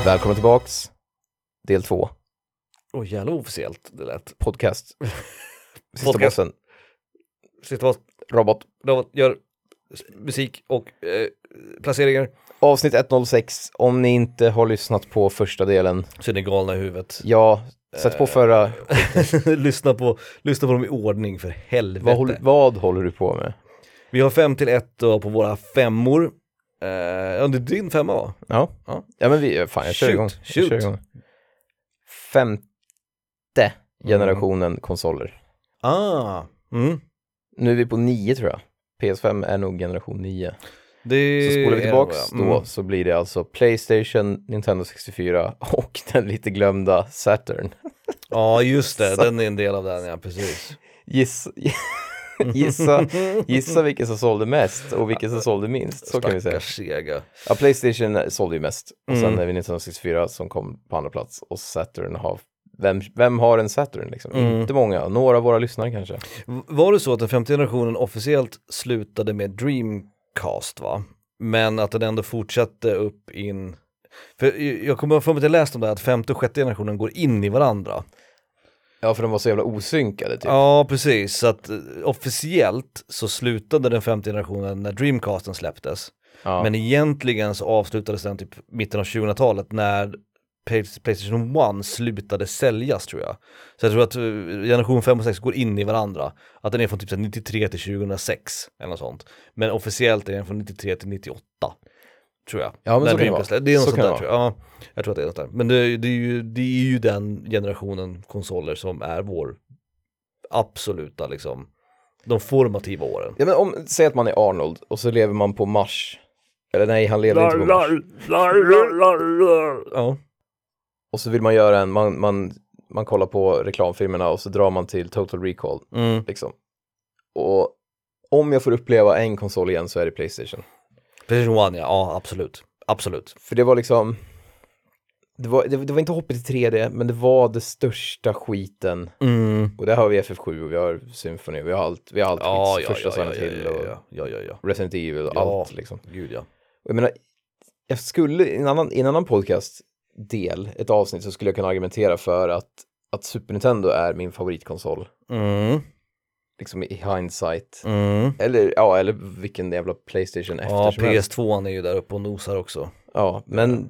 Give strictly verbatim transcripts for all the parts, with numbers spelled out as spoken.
Välkommen tillbaks. Del två. Åh, oh, jävla officiellt det lät. Podcast. Sista Podcast. bossen. Sista boss. Robot. Robot gör musik och eh, placeringar. Avsnitt etthundrasex. Om ni inte har lyssnat på första delen. Så är ni galna i huvudet. Ja, sätt på förra. lyssna, på, lyssna på dem i ordning för helvete. Vad håller, vad håller du på med? Vi har fem till ett då på våra femmor. Uh, ja, det är din femma va? Ja. Ja, ja men vi, fan jag kör Shoot, igång. Jag shoot. kör igång. Femte generationen mm. konsoler. Ah. Mm. Nu är vi på nio tror jag. P S fem är nog generation nio. Det så spolar vi tillbaks mm. då så blir det alltså PlayStation, Nintendo sextiofyra och den lite glömda Saturn. Ja just det, så. Den är en del av den, ja precis. Giss, gissa, gissa vilken som sålde mest och vilken som sålde minst, så kan vi säga. Sega. Ja, PlayStation sålde ju mest och Mm. sen är vi Nintendo sextiofyra som kom på andra plats och Saturn har, vem, vem har en Saturn liksom? Mm. Inte många, några av våra lyssnare kanske. Var det så att den femte generationen officiellt slutade med Dreamcast va? Men att den ändå fortsatte upp in... För jag kommer ihåg att jag läste om det här, att femte och sjätte generationen går in i varandra. Ja, för de var så jävla osynkade typ. Ja, precis. Så att eh, officiellt så slutade den femte generationen när Dreamcasten släpptes. Ja. Men egentligen så avslutades den typ mitten av tjugohundratalet när PlayStation ett slutade säljas tror jag. Så jag tror att generation fem och sex går in i varandra. Att den är från typ nittiotre till tjugohundrasex eller något sånt. Men officiellt är den från nittiotre till nittioåtta tror jag. Ja, men så kan det vara. Det är något Så sånt kan där det tror jag. Ja, jag tror att det är något där. Men det, det, är ju, det är ju den generationen konsoler som är vår absoluta liksom de formativa åren. Ja, men om, säg att man är Arnold och så lever man på Mars. Eller nej, han lever inte på Mars. Ja. Och så vill man göra en, man, man, man kollar på reklamfilmerna och så drar man till Total Recall. Mm. Liksom. Och om jag får uppleva en konsol igen så är det PlayStation. PlayStation ett, ja, ja absolut. Absolut. För det var liksom, det var, det, det var inte hoppet i tre D, men det var det största skiten. Mm. Och där har vi F F sju och vi har Symphony, vi har allt, vi har allt Ja, hits, ja, första ja, Silent ja, Hill ja, och ja, ja, ja, ja. Resident Evil och Ja, allt liksom. Gud ja. Och jag menar, jag skulle, i en annan, i en annan podcast-del, ett avsnitt, så skulle jag kunna argumentera för att, att Super Nintendo är min favoritkonsol. Mm. Liksom i hindsight. Mm. Eller, ja, eller vilken jävla PlayStation efter Ja, som P S helst. två är ju där uppe och nosar också. Ja, men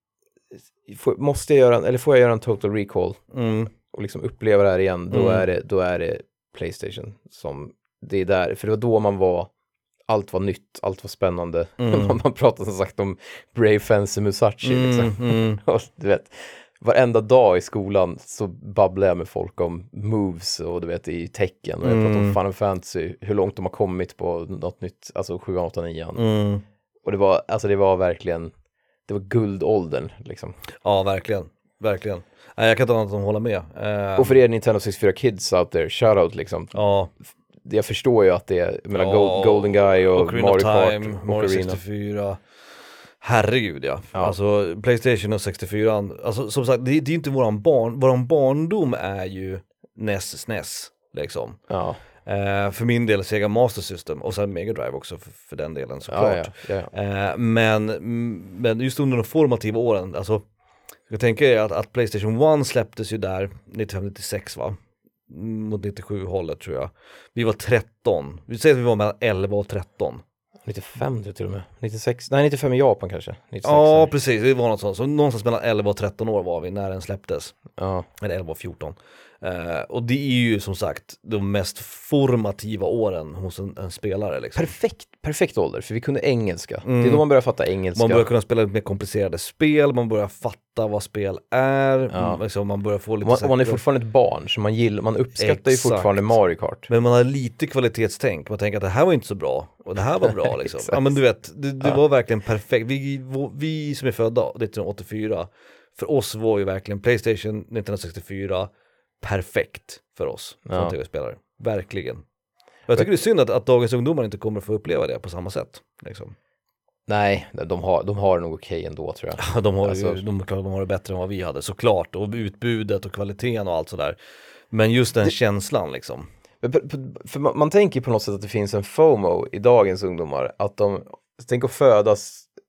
får, måste jag göra, eller får jag göra en Total Recall Mm. och liksom uppleva det här igen, då, Mm. är det, då är det PlayStation som, det är där, för det var då man var, allt var nytt, allt var spännande. Mm. Man pratade som sagt om Brave Fence Musashi Mm, liksom. mm. Och du vet, varenda dag i skolan så babblar jag med folk om moves och du vet i tecken och jag pratar om Mm. Final Fantasy, hur långt de har kommit på något nytt, alltså sju, åtta, nio. Mm. Och det var, alltså det var verkligen, det var guldåldern liksom. Ja, verkligen. Verkligen. Nej, jag kan inte annat än hålla med. Uh, Och för er Nintendo sextiofyra kids out there, shoutout liksom. ja. Jag förstår ju att det är, jag menar, Ja, Gold, Golden Guy och Ocarina Mario of Kart Time, och Mario Ocarina. sextiofyra. Herregud ja. Ja. Alltså PlayStation och sextiofyra, alltså som sagt, det, det är inte våran barn, våran barndom är ju N E S, S N E S liksom. Ja. Uh, för min del Sega Master System och sen Mega Drive också för, för den delen såklart. Ja, ja, ja, ja. Uh, men, men just under de formativa åren, alltså jag tänker att, att PlayStation ett släpptes ju där nittiofem nittiosex va? Mot nittiosju hållet tror jag. Vi var tretton. Vi säger att vi var mellan elva och tretton. nittiofem tror jag till och med. nittiosex, nej nittiofem i Japan kanske. nittiosex, Ja, eller? precis. Det var något sånt. Så någonstans mellan elva och tretton år var vi när den släpptes. Ja. Eller elva och fjorton. Uh, och det är ju som sagt de mest formativa åren hos en, en spelare. Liksom. Perfekt, perfekt ålder, för vi kunde engelska. Mm. Det är då man börjar fatta engelska. Man börjar kunna spela lite mer komplicerade spel, man börjar fatta vad spel är, Ja. liksom, man börjar få lite... man, så här- man är fortfarande ett barn, så man, gillar, man uppskattar ju Exakt. fortfarande Mario Kart. Men man har lite kvalitetstänk, man tänker att det här var inte så bra, och det här var bra liksom. Exakt. Ja men du vet, det, det Ja. var verkligen perfekt. Vi, vi som är födda nittonhundraåttiofyra, för oss var ju verkligen PlayStation nittonhundrasextiofyra perfekt för oss som Ja. tv-spelare. Verkligen. Och jag tycker det är synd att, att dagens ungdomar inte kommer att få uppleva det på samma sätt. Liksom. Nej, de har, de har det nog okej ändå tror jag. Ja, de har, Alltså- ju, de, de har det bättre än vad vi hade, såklart. Och utbudet och kvaliteten och allt sådär. Men just den känslan liksom. Men på- på- För man, man tänker på något sätt att det finns en FOMO i dagens ungdomar. Att de, tänk att födas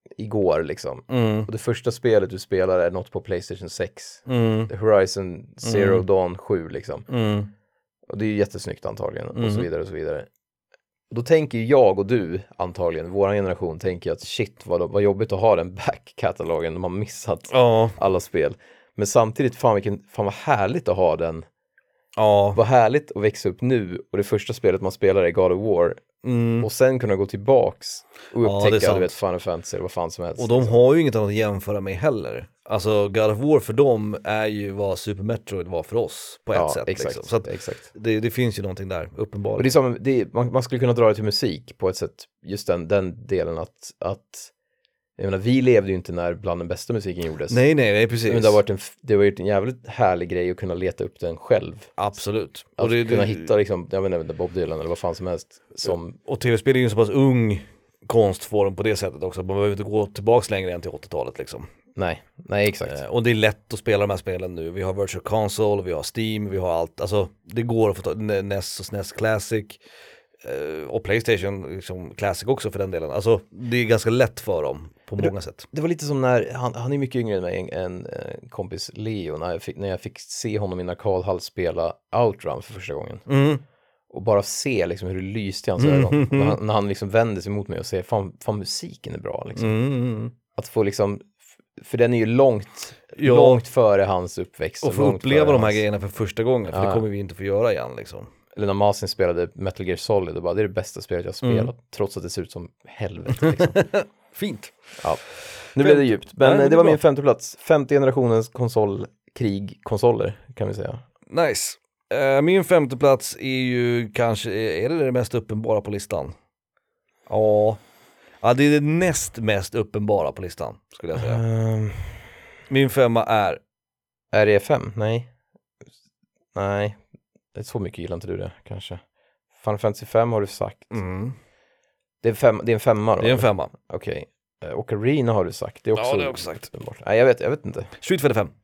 igår liksom. Mm. Och det första spelet du spelar är något på PlayStation sex. Mm. The Horizon Zero Mm. Dawn sju liksom. Mm. Och det är ju jättesnyggt antagligen. Mm. Och så vidare och så vidare. Och då tänker jag och du antagligen, vår generation tänker att shit vad, vad jobbigt att ha den back-katalogen när man missat Ja. alla spel. Men samtidigt, fan, vilken, fan vad härligt att ha den. Ja. Vad härligt att växa upp nu och det första spelet man spelar är God of War. Mm. Och sen kunna gå tillbaks och Ja, det är upptäcka, sant. du vet, Final Fantasy eller vad fan som helst. Och de liksom. har ju inget annat att jämföra med heller. Alltså God of War för dem är ju vad Super Metroid var för oss på ett ja, sätt. Exakt, liksom. Så att exakt. det, det finns ju någonting där, uppenbarligen. Och det är som, det är, man, man skulle kunna dra det till musik på ett sätt, just den, den delen att, att jag menar, vi levde ju inte när bland den bästa musiken gjordes. Nej, nej, nej, precis. Men det har varit en, det har varit en jävligt härlig grej att kunna leta upp den själv. Absolut. Att Och det, kunna det, hitta liksom, jag vet inte, Bob Dylan eller vad fan som helst. Som, och tv-spel är ju en så pass ung konstform på det sättet också. Man behöver inte gå tillbaks längre än till åttiotalet liksom. nej, nej exakt. Eh, och det är lätt att spela de här spelen nu. Vi har Virtual Console, vi har Steam, vi har allt. Alltså det går att få ta N E S och S N E S Classic. Eh, och PlayStation liksom, Classic också för den delen. Alltså det är ganska lätt för dem på många sätt. Det var lite som när, han, han är mycket yngre än mig, en, en, en kompis Leo, när jag, fick, när jag fick se honom i Narkalhall spela Outrun för första gången. Mm. Och bara se liksom hur det lyste i hans Mm. ögon. När han, när han liksom vände sig mot mig och säger, fan, fan musiken är bra liksom. Mm. Att få liksom, för den är ju långt, Ja. långt före hans uppväxt. Och få långt uppleva före de här hans, grejerna för första gången, för Ja. det kommer vi inte få göra igen liksom. Eller när Martin spelade Metal Gear Solid och bara, det är det bästa spelet jag spelat, Mm. trots att det ser ut som helvete liksom. Fint. Ja. Nu blev det djupt, men Nej, eh, det det var är min bra. femte plats. Femte generationens konsolkrig, konsoler kan vi säga. Nice. Uh, min femte plats är ju kanske, är det det mest uppenbara på listan? Ja. Ja, det är det näst mest uppenbara på listan, skulle jag säga. Um, Min femma är, är det fem? Nej. Nej. Det är så mycket gillar inte du det, kanske. Final Fantasy fem har du sagt. mm, Det, är fem, det är en femma då? det är en femma. Okej. Okay. Ocarina har du sagt. Det är också... Ja, det har jag också sagt. uppenbart. Nej, jag vet, jag vet inte. Street Fighter fem.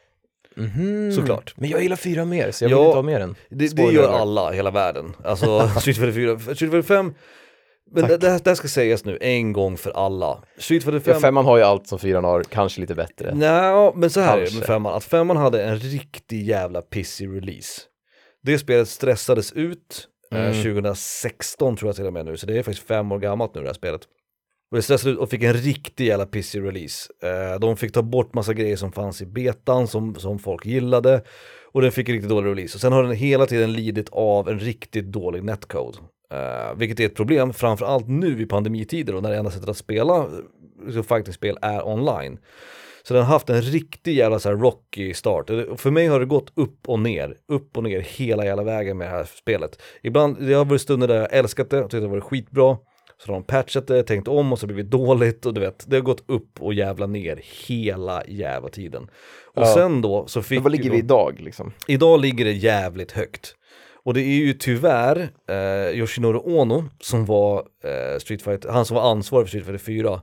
Mhm. Såklart. Men jag gillar fyra mer, så jag Ja, vill inte ha mer än. Det, det Spoiler gör alert. alla i hela världen. Alltså Street Fighter fyra, Street Fighter fem. Men Tack. det, det, här- det här ska sägas nu en gång för alla. Street Fighter Ja, fem. femman har ju allt som fyran har, kanske lite bättre. Nej, men så här är det Kanske. med femman. Att femman hade en riktig jävla pissig release. Det spelet stressades ut eh, Mm. tjugohundrasexton tror jag till och med nu. Så det är faktiskt fem år gammalt nu det här spelet. Och det stressade ut och fick en riktig jävla pissig release. Eh, de fick ta bort massa grejer som fanns i betan som, som folk gillade. Och den fick en riktigt dålig release. Och sen har den hela tiden lidit av en riktigt dålig netcode. Uh, vilket är ett problem, framförallt nu i pandemitider och när det enda sättet att spela uh, fighting-spel är online. Så den har haft en riktig jävla så här rocky start. Och för mig har det gått upp och ner, upp och ner hela jävla vägen med det här spelet. Ibland, det har varit stunder där jag älskat det och tyckte det var skitbra. Så de har patchat det, tänkt om och så blivit dåligt och du vet, det har gått upp och jävla ner hela jävla tiden. Och Ja. sen då så fick Men vad ligger ju vi då- idag liksom? Idag ligger det jävligt högt. Och det är ju tyvärr eh, Yoshinori Ono som var eh, Street Fighter, han som var ansvarig för Street Fighter fyra.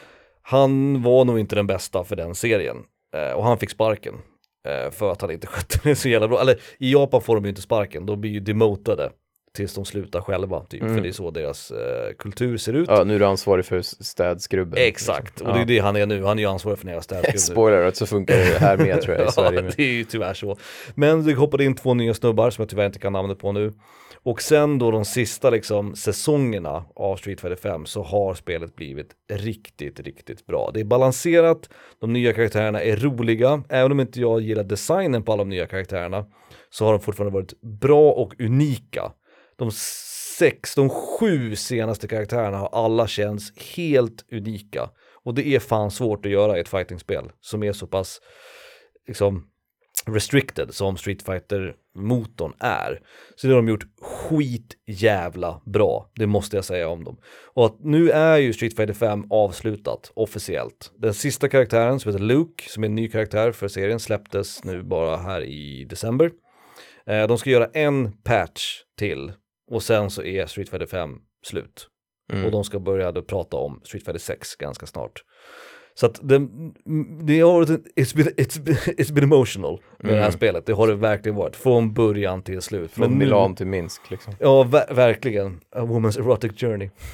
Han var nog inte den bästa för den serien. Eh, och han fick sparken. Eh, för att han inte skötte det så jävla bra. Eller i Japan får de ju inte sparken, de blir ju demotade tills de slutar själva. Typ, Mm. För det är så deras eh, kultur ser ut. Ja, nu är du ansvarig för städskrubben. Exakt, liksom. och det är det han är nu. Han är ju ansvarig för hela städklubben. Spoiler, så funkar det här med tror jag i Sverige. Ja, Med. det är ju tyvärr så. Men det hoppade in två nya snubbar som jag tyvärr inte kan namnet på nu. Och sen då de sista liksom säsongerna av Street Fighter fem så har spelet blivit riktigt, riktigt bra. Det är balanserat, de nya karaktärerna är roliga. Även om inte jag gillar designen på alla de nya karaktärerna så har de fortfarande varit bra och unika. De sex, de sju senaste karaktärerna har alla känts helt unika. Och det är fan svårt att göra i ett fightingspel som är så pass liksom restricted som Street Fighter-motorn är. Så det har de gjort skit jävla bra. Det måste jag säga om dem. Och att nu är ju Street Fighter fem avslutat officiellt. Den sista karaktären som heter Luke, som är en ny karaktär för serien, släpptes nu bara här i december. Eh, de ska göra en patch till och sen så är Street Fighter fem slut. Mm. Och de ska börja då prata om Street Fighter sex ganska snart. Så att det, det har varit, it's been, it's been, it's been emotional med Mm. det här spelet. Det har det verkligen varit, från början till slut. Från Men nu- Milan till Minsk liksom. Ja, ver- verkligen. A woman's erotic journey.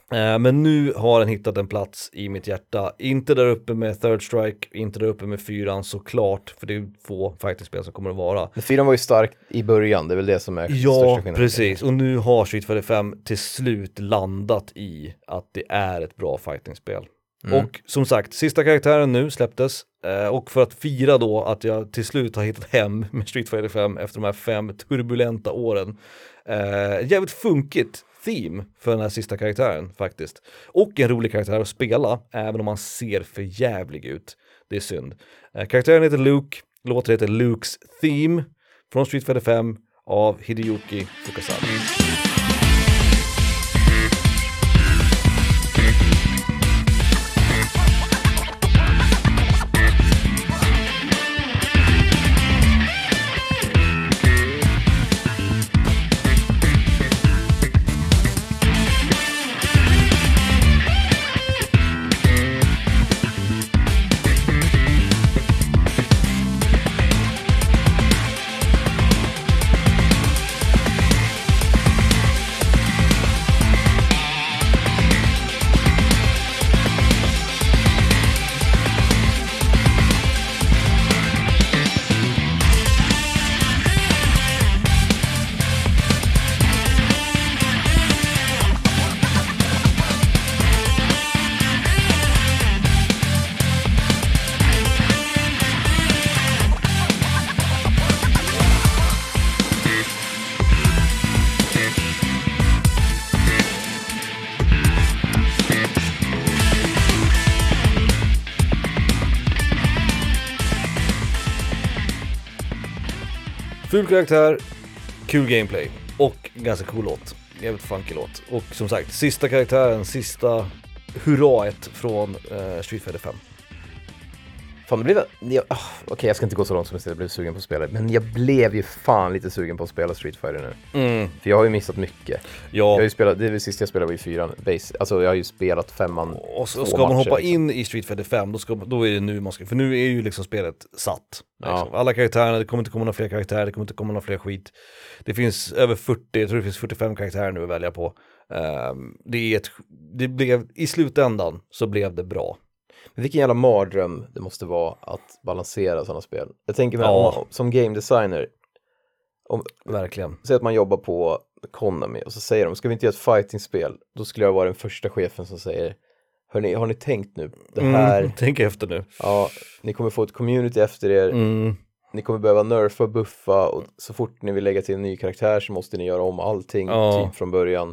Eh, men nu har den hittat en plats i mitt hjärta. Inte där uppe med Third Strike, inte där uppe med fyran såklart, för det är få fighting-spel som kommer att vara. Men fyran var ju stark i början, det är väl det som är Ja, största skillnaden. precis. Och nu har Street Fighter fem till slut landat i att det är ett bra fighting-spel. Mm. Och som sagt, sista karaktären nu släpptes. Eh, och för att fira då att jag till slut har hittat hem med Street Fighter fem efter de här fem turbulenta åren. Eh, jävligt funkigt theme för den här sista karaktären faktiskt. Och en rolig karaktär att spela, även om man ser för jävlig ut. Det är synd. Eh, karaktären heter Luke, låten heter Luke's Theme från Street Fighter fem av Hideyuki Fukasawa. Ful karaktär, kul gameplay och ganska cool låt. Jävligt funky låt. Och som sagt, sista karaktären, sista hurraet från uh, Street Fighter fem. Fan, det blev... Jag, oh, Okej, okay, jag ska inte gå så långt som jag blev sugen på att spela. Men jag blev ju fan lite sugen på att spela Street Fighter nu. Mm. För jag har ju missat mycket. Ja. Jag har ju spelat, det är det sista jag spelade var i fyran. Base, alltså jag har ju spelat femman. Och så, ska man hoppa liksom in i Street Fighter fem, då, ska, då är det nu man ska... För nu är ju liksom spelet satt. Liksom. Ja. Alla karaktärerna, det kommer inte komma några fler karaktärer, det kommer inte komma några fler skit. Det finns över fyrtio, jag tror det finns fyrtiofem karaktärer nu att välja på. Um, det är ett... Det blev, i slutändan så blev det bra. Men vilken jävla mardröm det måste vara att balansera sådana spel. Jag tänker mig, ja. om, som game designer, om, verkligen. Säg att man jobbar på Konami och så säger de, ska vi inte göra ett fighting-spel? Då skulle jag vara den första chefen som säger, hörni, har ni tänkt nu? Det här... Mm, tänk efter nu. Ja, ni kommer få ett community efter er. Mm. Ni kommer behöva nerfa och buffa, och så fort ni vill lägga till en ny karaktär så måste ni göra om allting ja. typ från början.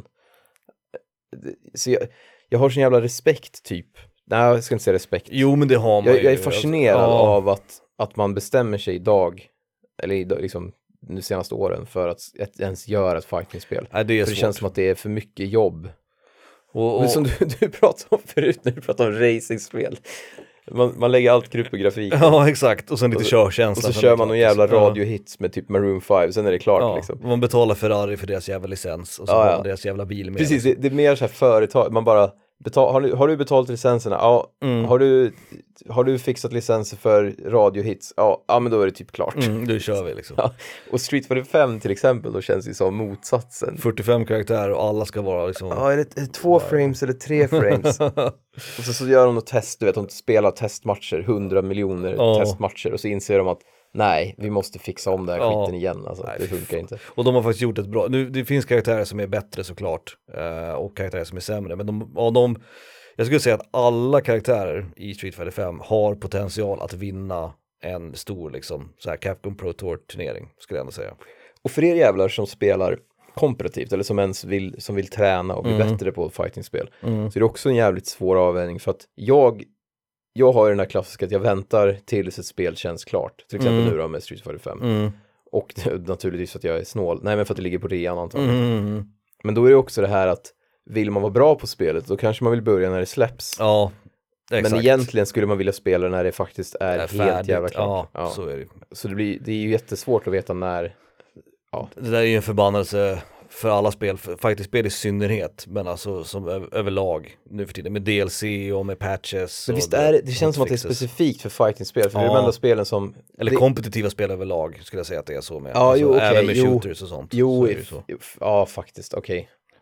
Så jag, jag har sån jävla respekt typ. Nej, jag ska inte säga respekt. Jo, men det har man jag, ju. jag är fascinerad ja. av att, att man bestämmer sig idag, eller idag, liksom de senaste åren, för att ens göra ett fighting-spel. Nej, det är för det svårt. känns som att det är för mycket jobb. Och, och... Men som du, du pratade om förut när du pratade om racing-spel. Man, man lägger allt krupp på grafik. Ja, exakt. Och sen lite körkänsla. Och så kör man någon jävla radiohits med typ Maroon fem, sen är det klart ja, liksom. Man betalar Ferrari för deras jävla licens och så ja, har ja. man deras jävla bil med. Precis, det, det är mer så här företag, man bara betal, har, du, har du betalt licenserna? Ja. Mm. Har du har du fixat licenser för radiohits? Ja, ja men då är det typ klart. Mm, då kör vi liksom. Ja. Och Street Fighter fem till exempel, då känns det som motsatsen. fyrtiofem karaktärer och alla ska vara liksom... Ja, är det, är det två frames eller tre frames? Och så, så gör de något test, du vet, de spelar testmatcher, hundra miljoner oh. testmatcher, och så inser de att nej, vi måste fixa om den här ja. skiten igen, alltså. Nej, det funkar inte. Och de har faktiskt gjort ett bra, nu det finns karaktärer som är bättre såklart, uh, och karaktärer som är sämre, men de, ja, de, jag skulle säga att alla karaktärer i Street Fighter fem har potential att vinna en stor liksom, så här Capcom Pro Tour turnering, skulle jag ändå säga. Och för er jävlar som spelar komparativt, eller som ens vill, som vill träna och bli mm. bättre på ett fightingspel, mm. så är det också en jävligt svår avvägning, för att jag jag har ju den här klassiska att jag väntar tills ett spel känns klart, till exempel mm. nu då med Street Fighter fem. Mm. Och det, naturligtvis för att jag är snål, nej men för att det ligger på rean antagligen. Mm. Men då är det också det här att vill man vara bra på spelet, då kanske man vill börja när det släpps. Ja, exakt. Men egentligen skulle man vilja spela när det faktiskt är, är helt jävla klart. Ja, ja. Så är det. Så det, blir, det är ju jättesvårt att veta när. Ja. Det där är ju en förbannelse för alla spel, faktiskt spel i synnerhet, men alltså som ö- överlag nu för tiden med D L C och med patches. Men visst det, är det, det känns som att det är fixes. specifikt för fighting-spel, för ja. det är de enda spelen som... Eller det... kompetitiva spel överlag skulle jag säga att det är så med. Ja, alltså, jo, okay, även med jo, shooters och sånt. Jo, så if, så. If, ja faktiskt, okej. Okay.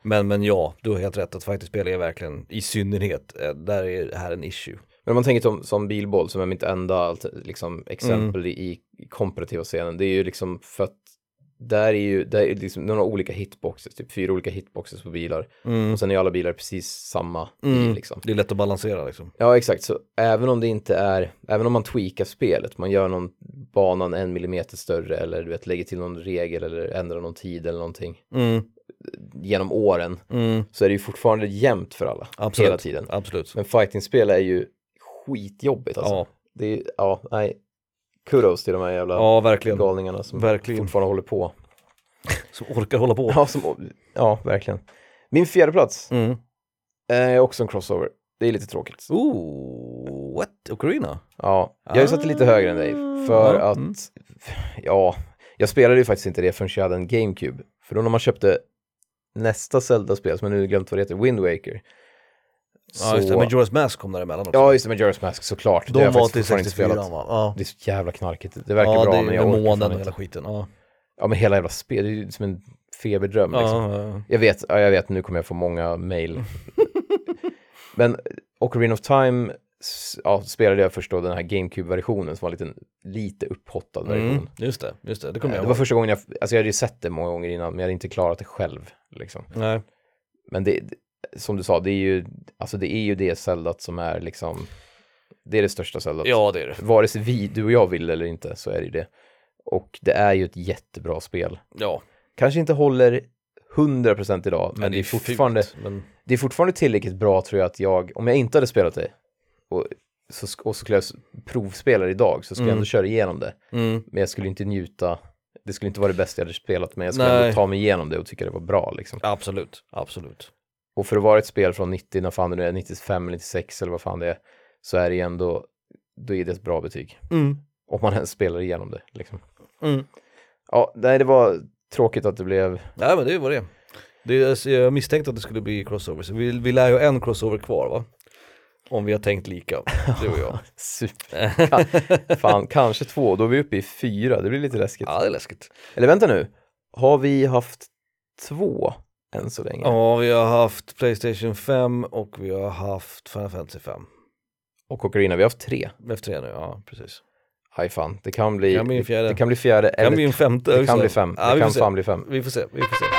Men, men ja, du har helt rätt att fighting-spel är verkligen, i synnerhet, där är det här en issue. Men om man tänker som, som bilboll, som är mitt enda liksom, exempel mm. i, i komparativa scenen, det är ju liksom för att där är ju där är liksom några olika hitboxes, typ fyra olika hitboxes på bilar. Mm. Och sen är alla bilar precis samma bil mm. liksom. Det är lätt att balansera liksom. Ja, exakt. Så även om det inte är, även om man tweakar spelet, man gör någon banan en millimeter större eller du vet, lägger till någon regel eller ändrar någon tid eller någonting mm. genom åren, mm. så är det ju fortfarande jämnt för alla. Absolut. Hela tiden. Absolut. Men fighting-spel är ju skitjobbigt alltså. Ja. Det är, ja, nej. Kudos till de här jävla ja, verkligen. galningarna som verkligen. fortfarande håller på. Som orkar hålla på. Ja, som, ja verkligen. Min fjärde plats mm. är också en crossover. Det är lite tråkigt. Ooh, what? Ocarina? Ja, jag har ju satt lite högre än dig. För mm. att, ja, jag spelade ju faktiskt inte det förrän jag hade en GameCube. För då när man köpte nästa Zelda-spel, som jag nu glömt vad det heter, Wind Waker. Så... Ja, just det, Majora's Mask kom däremellan också. Ja, just det, Majora's Mask, såklart. De det var till sextiofyra, va? Ja. Det är så jävla knarkigt. Det verkar ja, bra, det, men jag orkar månen och hela skiten. Ja. ja, men hela jävla spel, det är ju som en feberdröm. Liksom. Ja, ja, ja. Jag vet, ja, jag vet, nu kommer jag få många mail. Men Ocarina of Time ja, spelade jag först då den här GameCube-versionen som var en liten, lite upphottad version. Mm, just det, just det. Det, kommer jag det var första gången jag, alltså jag hade ju sett det många gånger innan, men jag hade inte klarat det själv. Liksom. Nej. Men det, som du sa, det är ju, alltså det är ju det Zeldat som är liksom, det är det största Zeldat. Ja, det är det. Vare sig vi, du och jag vill eller inte, så är det ju det. Och det är ju ett jättebra spel. Ja. Kanske inte håller hundra procent idag, men, men det, är fortfarande, fult, men... det är fortfarande tillräckligt bra, tror jag, att jag, om jag inte hade spelat det och så, och så skulle jag provspela idag, så skulle mm. jag ändå köra igenom det. Mm. Men jag skulle inte njuta, det skulle inte vara det bästa jag hade spelat, men jag skulle Nej. ändå ta mig igenom det och tycka det var bra. Liksom. Absolut, absolut. Och för att vara ett spel från nittio, när fan det nu är, nittiofem, nittiosex eller vad fan det är, så är det ändå, då är det ett bra betyg. Mm. Om man ens spelar igenom det. Liksom. Mm. Ja, nej, det var tråkigt att det blev... Nej, men det var det. det jag misstänkte att det skulle bli crossover, så vi, vi lär ju en crossover kvar, va? Om vi har tänkt lika, du och jag. Super. Kan, fan, kanske två, då är vi uppe i fyra, det blir lite läskigt. Ja, det är läskigt. Eller vänta nu, har vi haft två än så länge? Ja, vi har haft PlayStation fem och vi har haft Final Fantasy fem. Och Ocarina, vi har haft tre. Vi har haft tre nu, ja, precis. Aj fan, det kan bli, kan bli en fjärde. Det kan bli fjärde. Det kan bli en femte. Det också. kan bli fem. Ja, det kan fan bli fem. Vi får se, vi får se.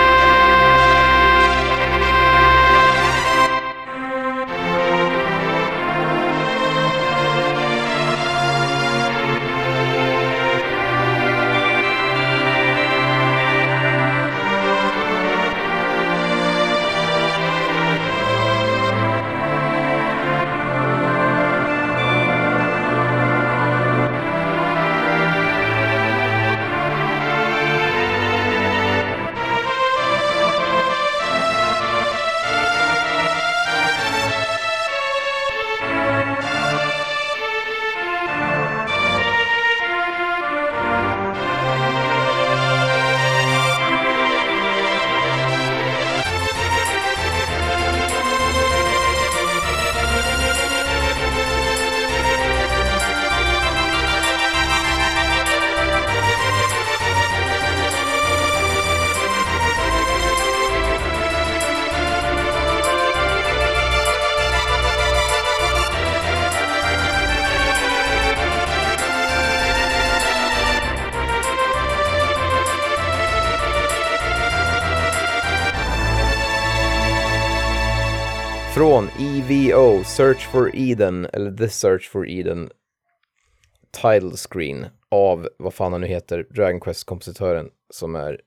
Från E V O, Search for Eden, eller The Search for Eden, title screen av, vad fan han nu heter, Dragon Quest-kompositören som är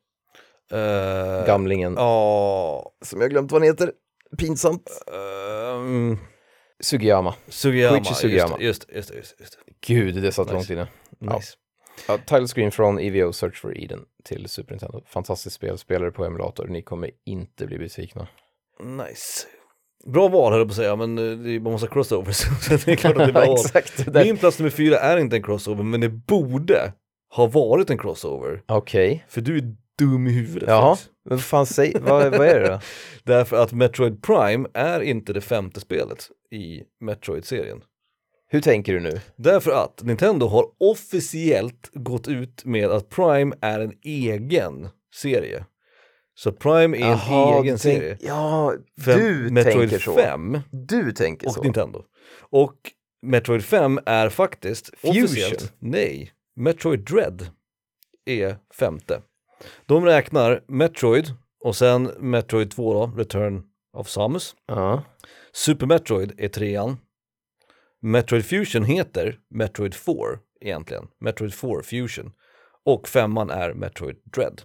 uh, gamlingen. Oh. Som jag glömt vad han heter. Pinsamt. Uh, Sugiyama. Sugiyama, Sugiyama. Just, just, just, just. Gud, det satt nice. Långt inne. Nice. Ja. Ja, title screen från E V O, Search for Eden till Super Nintendo. Fantastiskt spel, spelare på emulator. Ni kommer inte bli besvikna. Nice. Bra val, höll jag på att säga, men det, man måste ha crossovers. Så det är klart att det är bra Exakt, val. Min plats nummer fyra är inte en crossover, men det borde ha varit en crossover. Okej. Okay. För du är dum i huvudet. Jaha, men vad fan säg, vad, vad är det då? Därför att Metroid Prime är inte det femte spelet i Metroid-serien. Hur tänker du nu? Därför att Nintendo har officiellt gått ut med att Prime är en egen serie. Så Prime är en Aha, egen tänk, serie. Ja, Fem, du Metroid tänker så. fem Du tänker och så. Nintendo. Och Metroid fem är faktiskt Fusion. officiellt, nej, Metroid Dread är femte. De räknar Metroid och sen Metroid två då, Return of Samus. Ja. Super Metroid är trean. Metroid Fusion heter Metroid fyra egentligen. Metroid fyra Fusion. Och femman är Metroid Dread.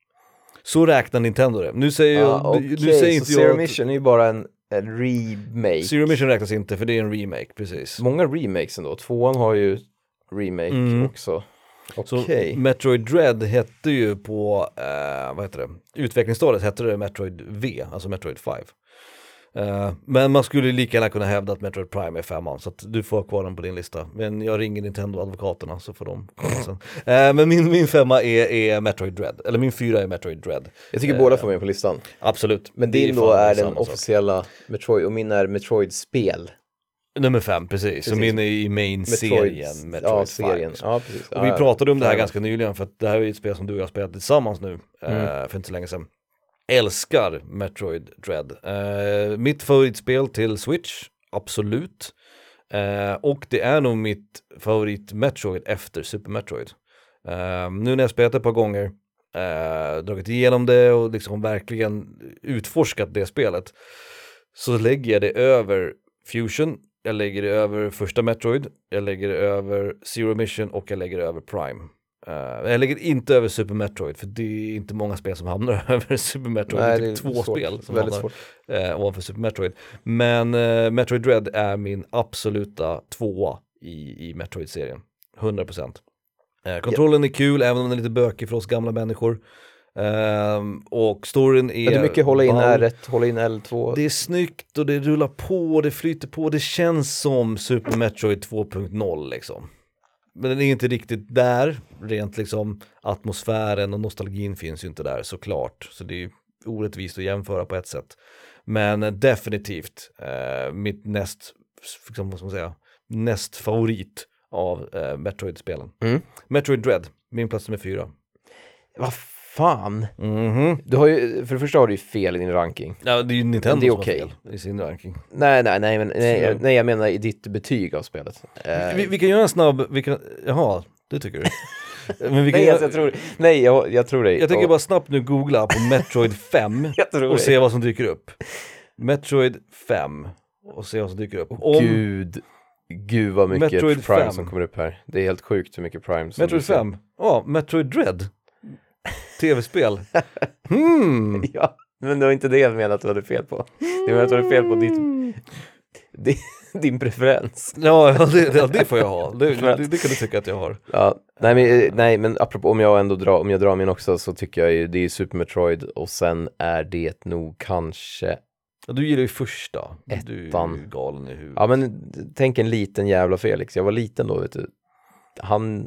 Så räknar Nintendo det. Nu säger jag, Ah, okay. nu säger så inte Zero jag Mission är ju bara en, en remake. Zero Mission räknas inte för det är en remake, precis. Många remakes ändå. Tvåan har ju remake Mm. också. Så Okej. Metroid Dread hette ju på, eh, vad heter det, utvecklingsstadiet hette det Metroid V, alltså Metroid fem. Uh, men man skulle lika gärna kunna hävda att Metroid Prime är femman, så att du får ha kvar den på din lista. Men jag ringer Nintendo-advokaterna så får de kolla sen. Uh, men min, min femma är, är Metroid Dread, eller min fyra är Metroid Dread. Jag tycker uh, båda får med på listan. Absolut. Men din då är den officiella Metroid och min är Metroid-spel. Nummer fem, precis. precis. Så min är i main-serien, Metroid, Metroid ja, serien. Ja, precis. Och vi ja, pratade om det här ja. ganska nyligen, för att det här är ett spel som du och jag har spelat tillsammans nu, mm. uh, för inte så länge sedan. Älskar Metroid Dread. Uh, mitt favoritspel till Switch, absolut. Uh, och det är nog mitt favorit Metroid efter Super Metroid. Uh, nu när jag spelat ett par gånger, uh, dragit igenom det och liksom verkligen utforskat det spelet, så lägger jag det över Fusion, jag lägger det över första Metroid, jag lägger det över Zero Mission och jag lägger det över Prime. Uh, jag lägger inte över Super Metroid, för det är inte många spel som hamnar över Super Metroid. Nej, det är typ två svårt. spel som väldigt hamnar svårt. Uh, ovanför Super Metroid. Men uh, Metroid Dread är min absoluta tvåa i, i Metroid-serien. hundra procent. Uh, kontrollen yeah. är kul, även om den är lite bökig för oss gamla människor. Uh, och storyn är... Men det är mycket hålla in R ett, hålla in L två. Det är snyggt och det rullar på, det flyter på. Det känns som Super Metroid två punkt noll liksom. Men den är inte riktigt där, rent liksom atmosfären och nostalgin finns ju inte där såklart, så det är orättvist att jämföra på ett sätt. Men definitivt eh, mitt näst, liksom, vad ska man säga, näst favorit av eh, Metroid-spelen. Mm. Metroid Dread, min plats nummer fyra. Vad fan? Mm-hmm. Du har ju, för det första har du ju fel i din ranking. Ja, det är ju Nintendo det är som okay. har fel i sin ranking. Nej, nej, nej, men, nej, nej, jag menar i ditt betyg av spelet. Vi, vi kan göra en snabb, vi kan, jaha, det tycker du? Men vi kan nej, göra, alltså, jag tror, nej, jag, jag tror det. Jag tänker bara snabbt nu googla på Metroid fem och se vad som dyker upp. Metroid fem och se vad som dyker upp. Om Gud, Gud vad mycket Metroid Prime fem som kommer upp här. Det är helt sjukt hur mycket Prime som Metroid fem, ja, Metroid Dread. Tv-spel. Hmm. Ja, men det var inte det jag menade att du hade fel på. Det var att du hade fel på ditt, din, din preferens. Ja, det, det, det får jag ha. Det, det, det kan du tycka att jag har. Ja, nej, men, nej, men apropå om jag ändå drar, om jag drar min också, så tycker jag ju det är Super Metroid och sen är det nog kanske... Ja, du gillar ju första. Ettan. Du är ju galen i huvudet. Ja, men tänk en liten jävla Felix. Jag var liten då, vet du. Han...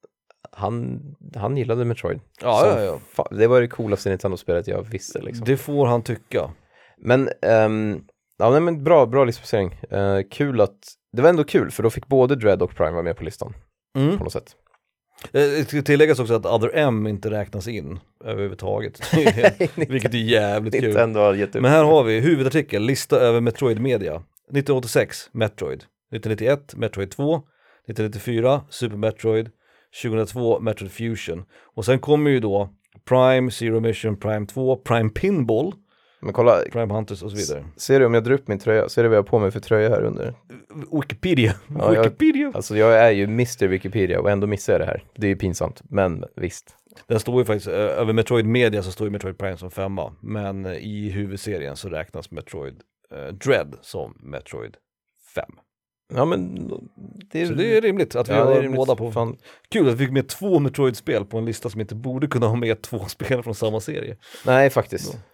Han, han gillade Metroid. Ja, ja, ja. Fa- det var det coolaste Nintendo-spelet jag visste. Liksom. Det får han tycka. Men, um, ja, nej, men bra, bra listplacering. Uh, kul att... Det var ändå kul, för då fick både Dread och Prime vara med på listan. Mm. På något sätt. Det ska tilläggas också att Other M inte räknas in överhuvudtaget. Vilket är jävligt kul. Men här har vi huvudartikel, lista över Metroid Media. nittonhundraåttiosex, Metroid. nittonhundranittioett, Metroid två. nittonhundranittiofyra, Super Metroid. tjugohundratvå, Metroid Fusion. Och sen kommer ju då Prime, Zero Mission, Prime två, Prime Pinball, men kolla, Prime Hunters och så vidare. Ser du om jag drar upp min tröja? Ser du vad jag har på mig för tröja här under? Wikipedia. Ja, Wikipedia. Jag, alltså jag är ju mister Wikipedia och ändå missar jag det här. Det är ju pinsamt, men visst. Den står ju faktiskt, över Metroid Media så står ju Metroid Prime som femma. Men i huvudserien så räknas Metroid uh, Dread som Metroid fem. Ja, men det är, så det är rimligt att vi ja, har båda på. Fan. Kul att vi fick med två Metroid-spel på en lista som inte borde kunna ha med två spel från samma serie. Nej, faktiskt. Då.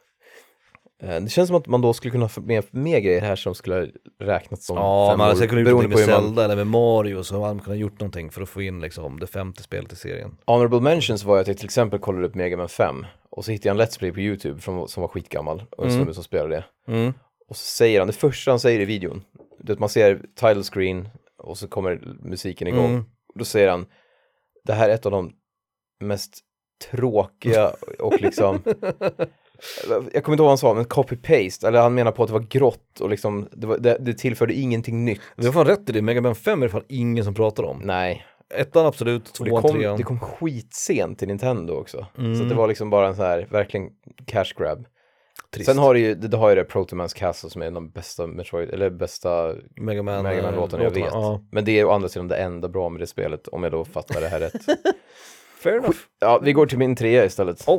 Det känns som att man då skulle kunna få med mer grejer här som skulle räknats som ja, fem man hade kunnat gjort det med Zelda man... eller med Mario, så hade man kunnat gjort någonting för att få in liksom det femte spelet i serien. Honorable mentions var att jag till exempel kollade upp Mega Man fem och så hittade jag en Let's Play på YouTube från, som var skitgammal och en mm. snubbe som spelade det. Mm. Och så säger han, det första han säger i videon, det är att man ser title screen och så kommer musiken igång. Mm. Då säger han, det här är ett av de mest tråkiga och liksom Jag kommer inte ihåg vad han sa, men copy-paste. Eller han menar på att det var grått och liksom, det, var, det, det tillförde ingenting nytt. Det var fan rätt i det, Mega Man fem är det fan ingen som pratar om. Nej. Ettan absolut, tvåan, det kom, trean. Det kom skitsent till Nintendo också. Mm. Så det var liksom bara en så här, verkligen cash grab. Trist. Sen har det ju, det, det har ju det Protoman's Castle som är den bästa Metroid, eller bästa Mega Man, Mega Man-låten jag vet. Ja. Men det är å andra sidan det enda bra med det spelet, om jag då fattar det här rätt. Fair enough. Ja, vi går till min trea istället. Oh.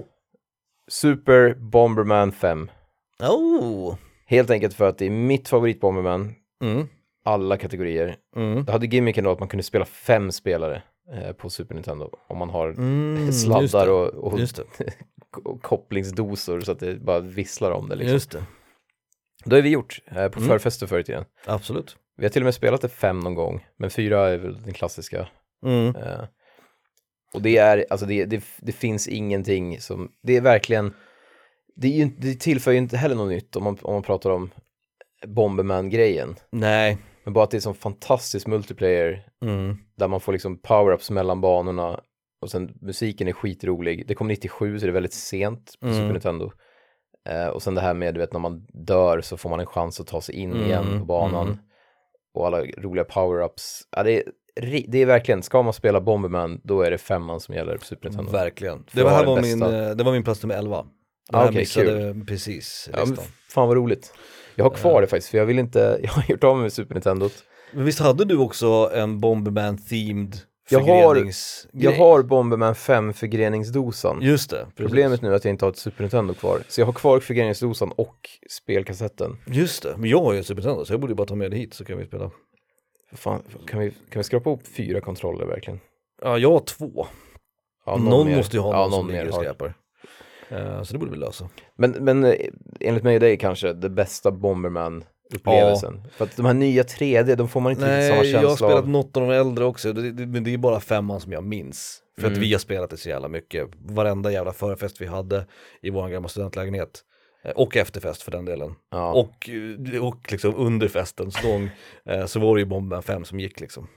Super Bomberman fem. Oh. Helt enkelt för att det är mitt favorit Bomberman. Mm. Alla kategorier. Mm. Det hade gimmicken då att man kunde spela fem spelare eh, på Super Nintendo. Om man har Mm, sladdar och, och, just det. och kopplingsdosor så att det bara visslar om det. Liksom. Just det. Då är vi gjort eh, på Mm. förfester förr i tiden. Absolut. Vi har till och med spelat det fem någon gång. Men fyra är väl den klassiska. Mm. Eh, och det är, alltså det, det, det finns ingenting som, det är verkligen, det, är ju, det tillför ju inte heller något nytt om man, om man pratar om Bomberman-grejen. Nej. Men bara att det är som fantastisk multiplayer Mm. där man får liksom power-ups mellan banorna och sen musiken är skitrolig. Det kom nittiosju så det är väldigt sent på Mm. Super Nintendo. Eh, och sen det här med, du vet, när man dör så får man en chans att ta sig in Mm. igen på banan. Mm. Och alla roliga power-ups. Ja, det är, det är verkligen, ska man spela Bomberman då är det femman som gäller på Super Nintendo. Verkligen. För Det var, att här vara var den min, bästa. eh, det var min plats nummer elva. Det Ah, här okej, missade precis Ja, men listan. fan vad roligt. Jag har kvar det faktiskt för jag vill inte, jag har gjort av mig med Super Nintendo. Men visst hade du också en Bomberman-themed Jag har- förgreningsgrej? Jag har Bomberman fem förgreningsdosan. Just det, precis. Problemet nu är att jag inte har ett Super Nintendo kvar. Så jag har kvar förgreningsdosan och spelkassetten. Just det, men jag har ju ett Super Nintendo så jag borde ju bara ta med det hit så kan vi spela. Fan, kan vi, kan vi skrapa upp fyra kontroller verkligen? Ja, jag har två. Ja, någon mer. måste ju ha ja, någon, någon som ligger mer och har. skräpar. Uh, så det borde vi lösa. Men, men eh, enligt mig det är kanske det bästa Bomberman-upplevelsen. För att de här nya tre D, de får man inte riktigt samma Nej, känsla jag har spelat av. något av de äldre också, det, det, men det är bara femman som jag minns. För Mm. att vi har spelat det så jävla mycket. Varenda jävla förfest vi hade i vår gamla studentlägenhet. Eh, Och efterfest för den delen. Ja. Och, eh, och liksom under festens gång eh, så var det ju Bomberman fem som gick liksom.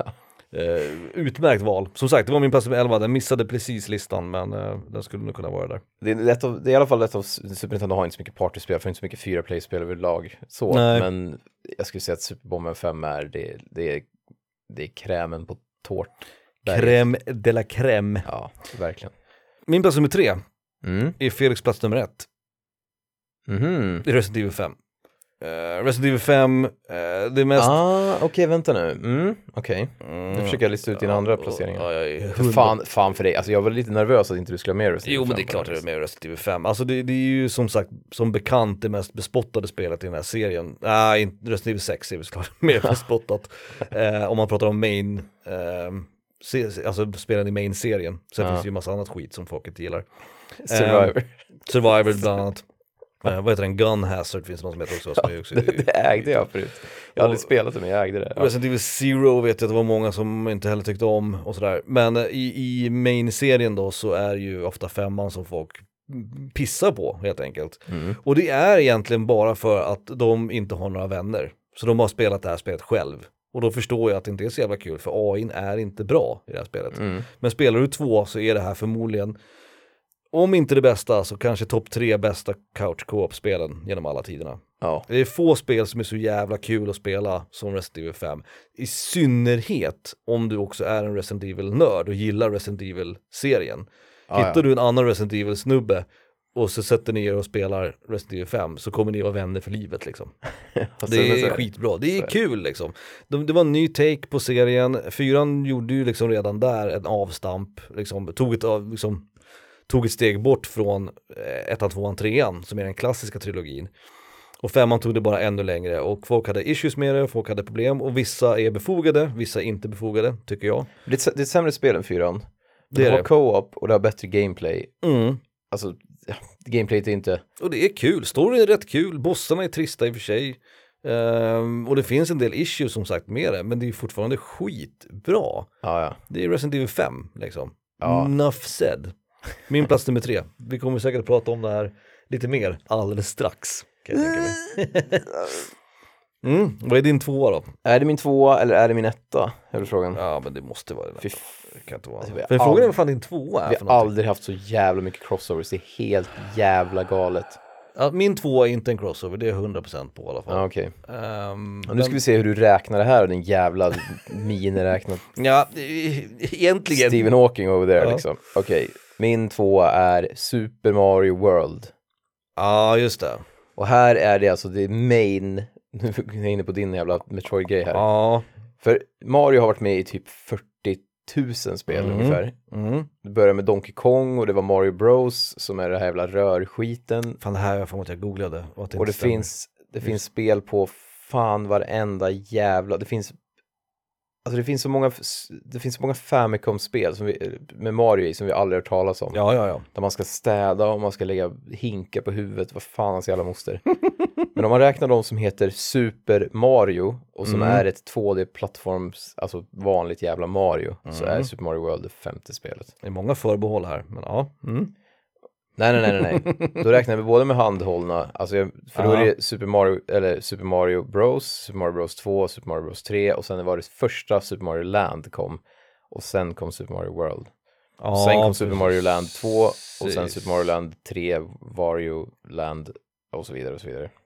Eh, utmärkt val. Som sagt, det var min plats med elva, den missade precis listan men eh, den skulle nog kunna vara där. Det är, lätt av, det är i alla fall lätt av Super Nintendo har inte så mycket partyspel, för inte så mycket fyra play-spel överlag. Så, Nej. men jag skulle säga att Super Bomberman fem är det, det är det är krämen på tårt. Crème de la crème. Ja, verkligen. Min plats nummer tre Mm. är Felix plats nummer ett. Mhm. Det är Resident Evil fem. Uh, Resident Evil fem, uh, det är mest... Ah, okej, okay, vänta nu. Mm, okej. Okay. Mm. Nu försöker jag lista ut dina andra placeringar. Ja, jag är För fan, fan för dig. Alltså jag var lite nervös att inte du skulle ha med Resident Evil Jo, men det är fem, klart att det är faktiskt. med Resident Evil fem. Alltså det, det är ju som sagt, som bekant det mest bespottade spelet i den här serien. Nej, inte Resident Evil sex är väl klart mer bespottat. eh, om man pratar om main, eh, se, alltså spelen i main-serien. Sen Ja. finns det ju massa annat skit som folk inte gillar. Survivor. Eh, Survivor bland annat. Eh, vad heter den? Gun Hazard finns det någon som heter också. Som är också det, det ägde jag förut. Jag har aldrig Och- spelat det, men jag ägde det. Ja. Resident Evil Zero vet jag att det var många som inte heller tyckte om och sådär. Men eh, i, i main-serien då så är ju ofta femman som folk pissar på helt enkelt. Mm. Och det är egentligen bara för att de inte har några vänner. Så de har spelat det här spelet själv. Och då förstår jag att det inte är så jävla kul för A I är inte bra i det här spelet. Mm. Men spelar du två så är det här förmodligen, om inte det bästa så kanske topp tre bästa couch co-op-spelen genom alla tiderna. Ja. Det är få spel som är så jävla kul att spela som Resident Evil fem. I synnerhet om du också är en Resident Evil-nörd och gillar Resident Evil-serien. Ja, Hittar ja. du en annan Resident Evil-snubbe och så sätter ni er och spelar Resident Evil fem så kommer ni vara vänner för livet liksom. Fast Det sen så är skitbra, det är kul liksom. De, det var en ny take på serien, fyran gjorde ju liksom redan där en avstamp, liksom, tog, ett, av- liksom, tog ett steg bort från eh, ettan, tvåan, trean som är den klassiska trilogin. Och femman tog det bara ännu längre och folk hade issues med det, folk hade problem och vissa är befogade, vissa är inte befogade, tycker jag. Det är, ett, det är ett sämre spel än fyran. Det Det är har det. co-op och det har bättre gameplay. Mm. Alltså, ja, gameplayet är inte... Och det är kul, storyn är rätt kul, bossarna är trista i och för sig. Ehm, och det finns en del issues som sagt med det, men det är fortfarande skitbra. Ja, ja. Det är Resident Evil fem liksom. Ja. Enough said. Min plats nummer tre. Vi kommer säkert prata om det här lite mer alldeles strax. Kan jag tänka mig. Mm. Vad är din tvåa då? Är det min tvåa eller är det min etta? Är det frågan. Ja, men det måste vara det. Fy Det kan inte vara. Alltså, För frågan är vad fan din tvåa är Vi för har någonting. aldrig haft så jävla mycket crossovers. Det är helt jävla galet. Ja, min tvåa är inte en crossover, det är hundra procent på i alla fall. Ja, okej. Um, Nu ska vi se hur du räknar det här, din jävla miniräknat. Ja, e- egentligen. Stephen Hawking over there Ja. liksom. Okej, min tvåa är Super Mario World. Ja, just det. Och här är det alltså det main, nu är jag inne på din jävla Metroid-grej här. Ja. För Mario har varit med i typ fyrtio tusen spel Mm. ungefär. Mm. Det började med Donkey Kong och det var Mario Bros som är det här jävla rörskiten. Fan, det här är för att jag googlade. Och, att det, Och det inte stämmer. finns, det finns spel på fan varenda jävla, det finns alltså det finns så många det finns så många Famicom-spel som vi, med Mario i som vi aldrig har hört talas om. Ja, ja, ja. Där man ska städa och man ska lägga hinkar på huvudet, vad fan hans jävla moster. Men om man räknar de som heter Super Mario och som Mm. är ett två D-plattforms, alltså vanligt jävla Mario, så Mm. är Super Mario World det femte spelet. Det är många förbehåll här, men ja. Mm. Nej, nej, nej, nej, nej. Då räknar vi både med handhållna, alltså jag, för då Ja. är det Super Mario, eller Super Mario Bros, Super Mario Bros två, Super Mario Bros tre och sen var det första Super Mario Land kom och sen kom Super Mario World. Ja, Sen kom Super Mario Land två och sen precis. Super Mario Land tre, Wario Land och så vidare och så vidare.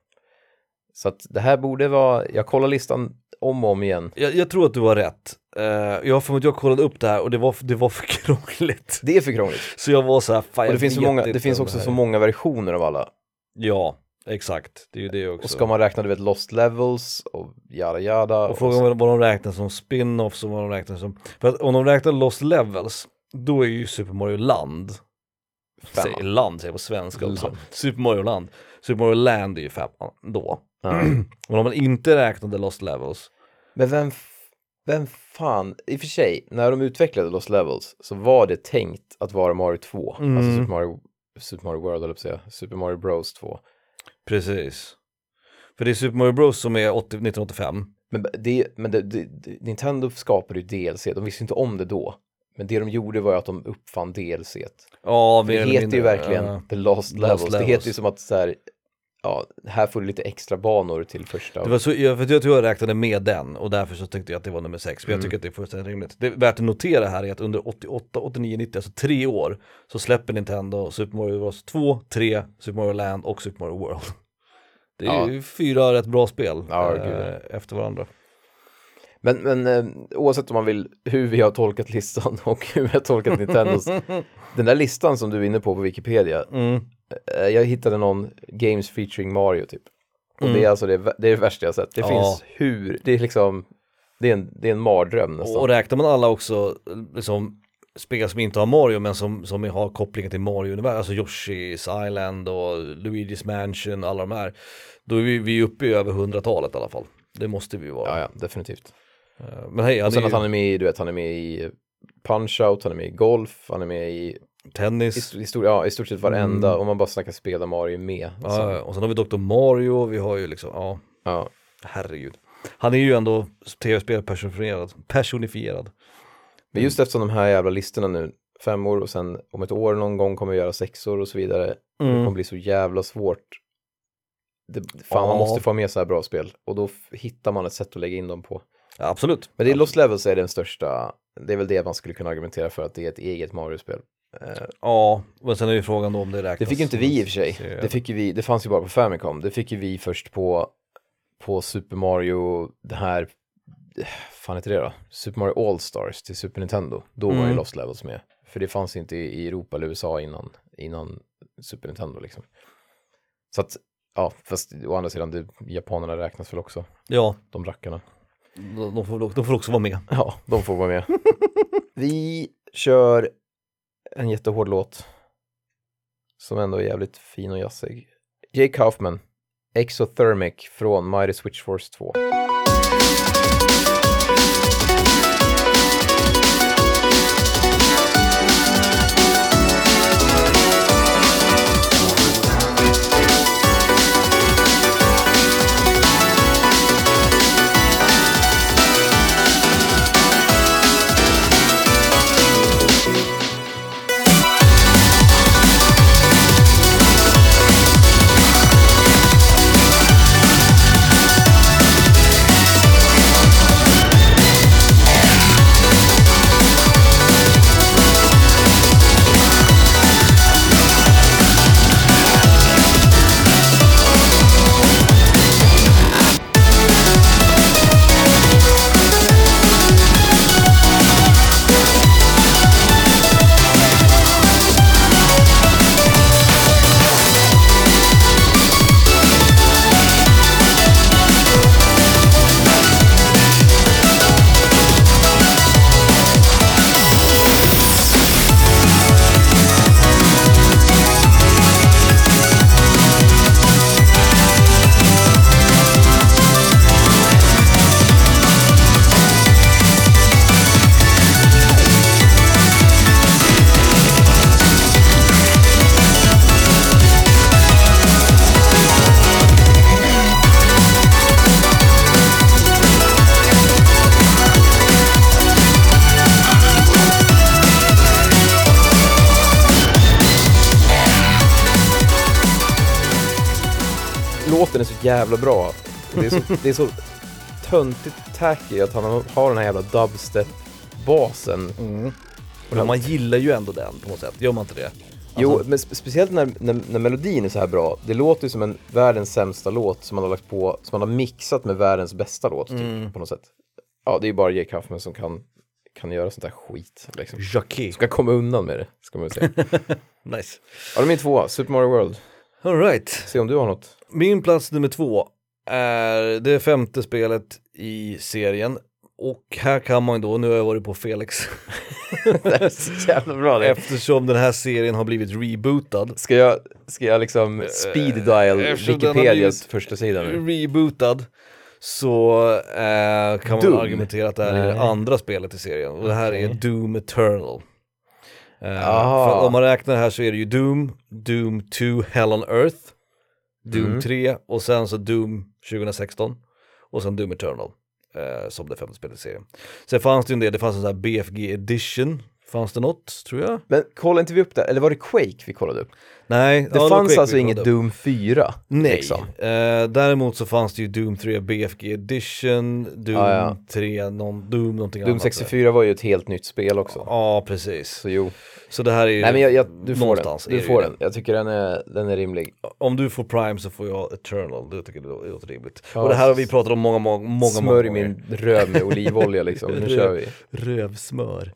Så att det här borde vara, jag kollar listan om och om igen. Jag, jag tror att du har rätt. Uh, jag har för mig att jag kollade upp det här och det var, det var för krångligt. Det är för krångligt. Så jag var så här, fan, Och det jag finns, så vet många, inte det finns om också här. så många versioner av alla. Ja, exakt. Det är ju det också. Och ska man räkna, du vet, Lost Levels och jada jada. Och frågan var vad de räknar som spin-offs och vad de räknar som... För att om de räknar Lost Levels, då är ju Super Mario Land. Femma. Säger land, säger jag på svenska också. Land. Super Mario Land. Super Mario Land är ju femman då. Ja. Men om man inte räknade Lost Levels. Men vem, f- vem fan, i och för sig, när de utvecklade Lost Levels så var det tänkt att vara Mario två. Mm. Alltså Super Mario, Super Mario World, eller på att säga, Super Mario Bros två. Precis. För det är Super Mario Bros som är åttio, nittonhundraåttiofem. Men, det, men det, det, det, Nintendo skapade ju D L C, de visste inte om det då. Men det de gjorde var ju att de uppfann D L C. Ja, Det mer eller heter ju mindre. verkligen Ja. The Lost Lost Levels. Det Levels. heter ju som att så här, ja, här får du lite extra banor till första. Det var så, jag, för jag tror jag räknade med den och därför så tänkte jag att det var nummer sex. För Mm. jag tycker att det är fullständigt rimligt. Det är värt att notera här är att under åttioåtta, åttionio, nittio, alltså tre år så släpper Nintendo Super Mario Bros två, tre, Super Mario Land och Super Mario World. Det är Ja. ju fyra rätt bra spel Ja, eh, gud. efter varandra. Men, men eh, oavsett om man vill hur vi har tolkat listan och hur vi har tolkat Nintendos, den där listan som du är inne på på Wikipedia, Mm. eh, jag hittade någon Games featuring Mario typ. Och Mm. det är alltså det, det är det värsta jag sett. Det Ja. finns hur, det är liksom, det är en, det är en mardröm nästan. Och räknar man alla också liksom spel som inte har Mario men som, som har kopplingar till Mario, alltså Yoshi's Island och Luigi's Mansion, alla de här, då är vi, vi uppe i över hundratalet i alla fall. Det måste vi vara. Ja, ja, definitivt. Eh, Men hej, han Och sen är att han ju är med i, du vet, han är med i Punch-Out, han är med i Golf, han är med i, tennis. i, i, stor, ja, i stort sett varenda, Mm. om man bara snackar spela Mario med. Alltså. Ja, och sen har vi doktor Mario, vi har ju liksom, ja, Ja. herregud. Han är ju ändå tv-spel personifierad. personifierad. Men just eftersom de här jävla listorna nu, fem år och sen om ett år någon gång kommer vi göra sexor och så vidare. Mm. Det kommer bli så jävla svårt. Det, fan, Ja. man måste få med så här bra spel. Och då f- hittar man ett sätt att lägga in dem på. Ja, absolut. Men det är Lost Levels är den största, det är väl det man skulle kunna argumentera för att det är ett eget Mario-spel. Eh, Ja, men sen är ju frågan då om det räknas. det fick ju inte vi i och för sig. Serien. Det, fick ju vi, det fanns ju bara på Famicom. Det fick ju vi först på, på Super Mario, det här, fan heter det då? Super Mario All-Stars till Super Nintendo. Då var ju Mm. Lost Levels med. För det fanns inte i i Europa eller U S A innan, innan Super Nintendo liksom. Så att, ja, fast å andra sidan, det, japanerna räknas väl också. Ja, De rackarna. de, de, får, de får också vara med. Ja, de får vara med. Vi kör en jättehård låt. Som ändå är jävligt fin och jazzig. Jake Kaufman, Exothermic från Mighty Switch Force två. låten är så jävla bra. Det är så, det är så töntigt tacky att han har den här jävla dubstep-basen. Mm. Och man gillar ju ändå den på något sätt, gör man inte det? Alltså... Jo, men spe- speciellt när, när, när melodin är så här bra. Det låter ju som en världens sämsta låt som man har lagt på, som man har mixat med världens bästa låt typ, mm. på något sätt. Ja, det är ju bara Jake Kaufman som kan, kan göra sånt där skit. Liksom. Jackie. Ska komma undan med det, ska man säga. Nice. Ja, de är två, Super Mario World. All right. Se om du har något. Min plats nummer två är det femte spelet i serien. Och här kan man då, nu har jag varit på Felix. Det är så jävla bra det. Eftersom den här serien har blivit rebootad. Ska jag, ska jag liksom speed dial Wikipedias första sidan nu? Rebootad. Så eh, kan Doom. man argumentera att det här är det andra spelet i serien. Och det här okay. är Doom Eternal. Eh, för om man räknar här så är det ju Doom, Doom två Hell on Earth, Doom mm. tre och sen så Doom tjugo sexton och sen Doom Eternal. Eh, som det femte spelet i serien. Sen fanns det ju en del, det fanns en sån här B F G edition. Fanns det något, tror jag? Men kollade inte vi upp det? Eller var det Quake vi kollade upp? Nej. Det ja, fanns det alltså inget Doom fyra? Nej. Liksom. Eh, däremot så fanns det ju Doom tre B F G edition, Doom ah, ja. tre, någon, Doom någonting Doom annat. Doom sextiofyra var ju ett helt nytt spel också. Ja, precis. Så jo. Så det här är ju Nej, men jag, jag, du får någonstans. Den. Du får den. Jag tycker den är, den är rimlig. Om du får Prime så får jag Eternal. Det tycker jag låter rimligt. Ja, och det här har vi pratat om många, många, många smör i min röv med olivolja liksom. Nu kör vi. Rövsmör.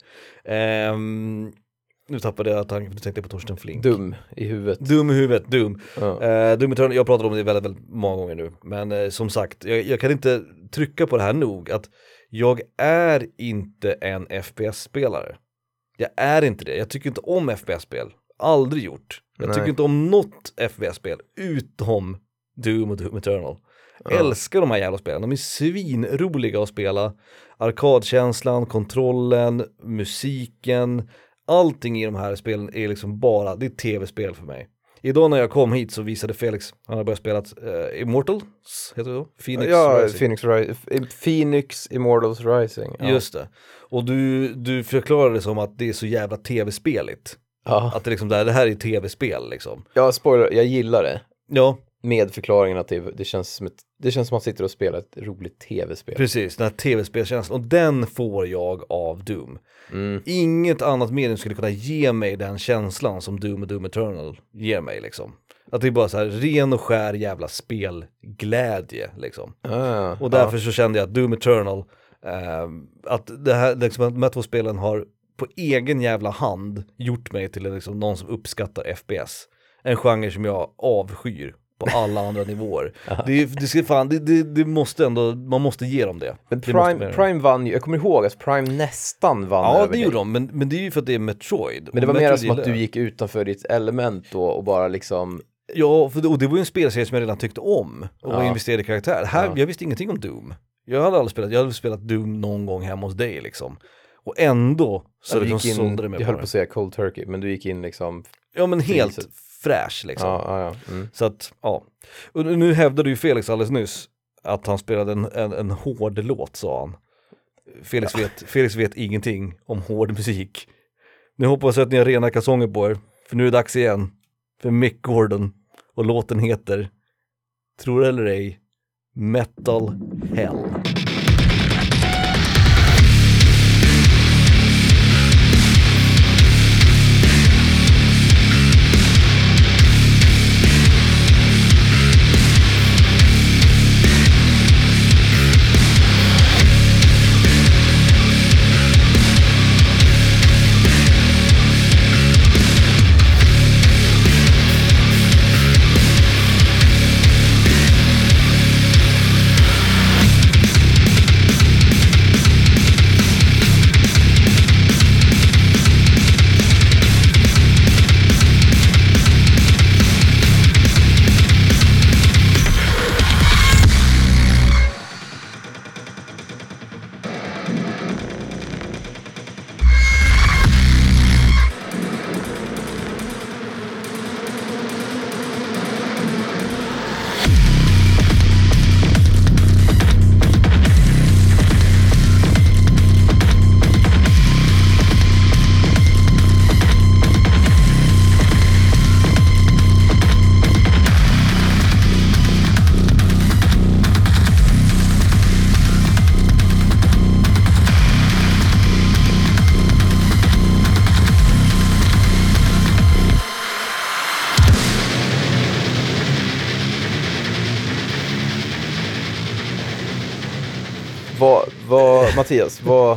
Um, nu tappade jag tanken för du tänkte på Torsten Flink. Dum i huvudet. Dum i huvudet, dum. Ja. Uh, dum Eternal, jag pratar om det väldigt, väldigt många gånger nu. Men uh, som sagt, jag, jag kan inte trycka på det här nog. Att jag är inte en F P S-spelare. Jag är inte det. Jag tycker inte om F P S-spel. Aldrig gjort. Jag Nej. tycker inte om något F P S-spel utom Doom och Doom Eternal. Ja. Älskar de här jävla spelen. De är svinroliga att spela. Arkadkänslan, kontrollen, musiken. Allting i de här spelen är liksom bara, det är tv-spel för mig. Idag när jag kom hit så visade Felix, han har börjat spela uh, Immortals, heter det så? Phoenix ja, Rising. Phoenix, Ri- Phoenix Immortals Rising. Ja. Just det. Och du, du förklarade det som att det är så jävla tv-speligt. Ja. Att det, liksom, det här är tv-spel liksom. Ja, spoiler, jag gillar det. Ja. Med förklaringen att det, det, känns som ett, det känns som att man sitter och spelar ett roligt tv-spel. Precis, den här tv-spelkänslan. Och den får jag av Doom. Mm. Inget annat medium skulle kunna ge mig den känslan som Doom och Doom Eternal ger mig liksom. Att det är bara så här ren och skär jävla spelglädje liksom. Ah, och därför ah. så kände jag att Doom Eternal eh, att det här, liksom, de här två spelen har på egen jävla hand gjort mig till liksom, någon som uppskattar F P S. En genre som jag avskyr på alla andra nivåer. Det, det, ska fan, det, det, det måste ändå, man måste ge dem det. Men det Prime, Prime vann ju, jag kommer ihåg att Prime nästan vann. Ja, över det gjorde de, men, men det är ju för att det är Metroid. Men det var mer som att gillar. du gick utanför ditt element då och bara liksom... Ja, för det, och det var ju en spelserie som jag redan tyckte om och ja. investerade i karaktär. Här, ja. Jag visste ingenting om Doom. Jag hade aldrig spelat, jag hade spelat Doom någon gång hemma hos dig liksom. Och ändå så ja, liksom in, sålde det mig. Jag höll på att säga cold turkey, men du gick in liksom... Ja, men helt friset. Fräsch liksom. Ja, ja, ja. Mm. Så att, ja. Och nu hävdade ju Felix alldeles nyss att han spelade en, en, en hård låt, sa han. Felix, ja. vet, Felix vet ingenting om hård musik. Nu hoppas jag att ni har rena kalsonger på er, för nu är det dags igen för Mick Gordon. Och låten heter, tror eller ej, Metal Hell. vad, vad, Mattias, vad,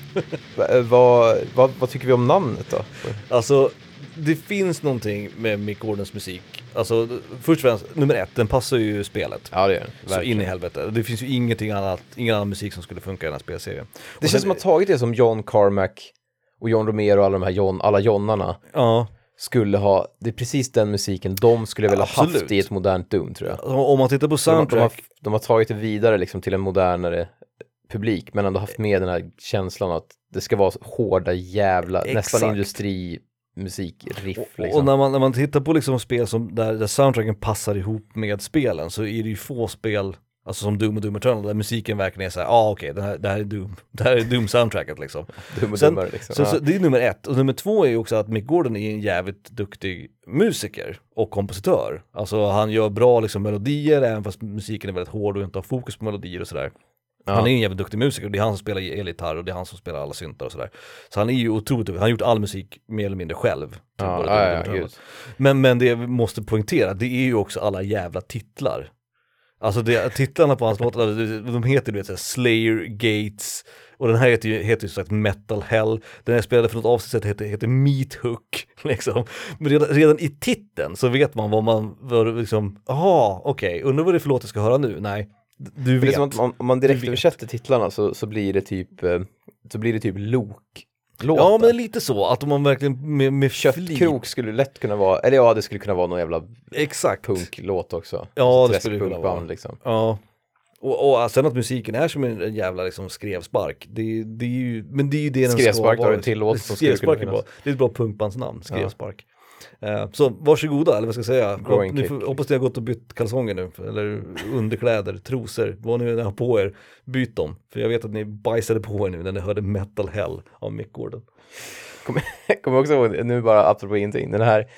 vad, vad, vad tycker vi om namnet då? Alltså, det finns någonting med Mick Gordons musik. Alltså, först och främst, nummer ett, den passar ju spelet. Ja, det gör den. Så in i helvete. Det finns ju ingenting annat, ingen annan musik som skulle funka i den här spelserien. Det och känns sen, som att tagit det som John Carmack och John Romero och alla de här John, alla Johnnarna. Ja. Skulle ha, det är precis den musiken de skulle vilja ha haft i ett modernt Doom, tror jag. Om man tittar på soundtrack. De, de, har, de har tagit det vidare liksom till en modernare publik, men ändå haft med den här känslan att det ska vara hårda jävla, Exakt. nästan industrimusikriff. Och, liksom. och när, man, när man tittar på liksom spel som där, där soundtracken passar ihop med spelen, så är det ju få spel, alltså som Doom och Doom Eternal, där musiken verkligen är såhär, ja ah, okej, okay, det, här, det här är Doom, det här är Doom-soundtracket liksom. Doom och Sen, dummare, liksom. så, ja. så det är nummer ett. Och nummer två är ju också att Mick Gordon är en jävligt duktig musiker och kompositör. Alltså han gör bra liksom melodier, även fast musiken är väldigt hård och inte har fokus på melodier och sådär. Ja. Han är en jävligt duktig musiker och det är han som spelar elgitarr och det är han som spelar alla syntar och sådär. Så han är ju otroligt, han har gjort all musik mer eller mindre själv. Typ ja, ja, ja, men, men det jag måste poängtera, det är ju också alla jävla titlar. Alltså det, titlarna på hans låtar, de heter du vet, Slayer Gates, och den här heter ju, heter ju så sagt Metal Hell. Den här spelade för något avsnitt heter, heter Meat Hook liksom. Men redan, redan i titeln så vet man vad man vad liksom, aha, okej, okay, undrar vad det är för låt jag ska höra nu. Nej, du vet. Det är som att om, om man direkt översätter titlarna så, så blir det typ så blir det typ lok. Låta. Ja, men lite så att om man verkligen med, med Köttkrok skulle lätt kunna vara, eller ja, det skulle kunna vara någon jävla Exakt. punklåt också. Ja, det skulle kunna vara. Liksom. Ja. Och, och sen att musiken är som en, en jävla liksom skrevspark. Det, det är ju, men det är ju det den ska vara. Skrevspark har en till låt som skulle kunna finnas. Det är ett bra punkbandsnamn, Skrevspark. Ja. Uh, så varsågoda, eller vad ska jag säga. Hopp, ni får, hoppas ni har gått och bytt kalsonger nu, eller underkläder, trosor, vad ni har på er, byt dem. För jag vet att ni bajsade på er nu när ni hörde Metal Hell av Mick Gordon. Kommer kom också ihåg, nu bara apropå ingenting, den här,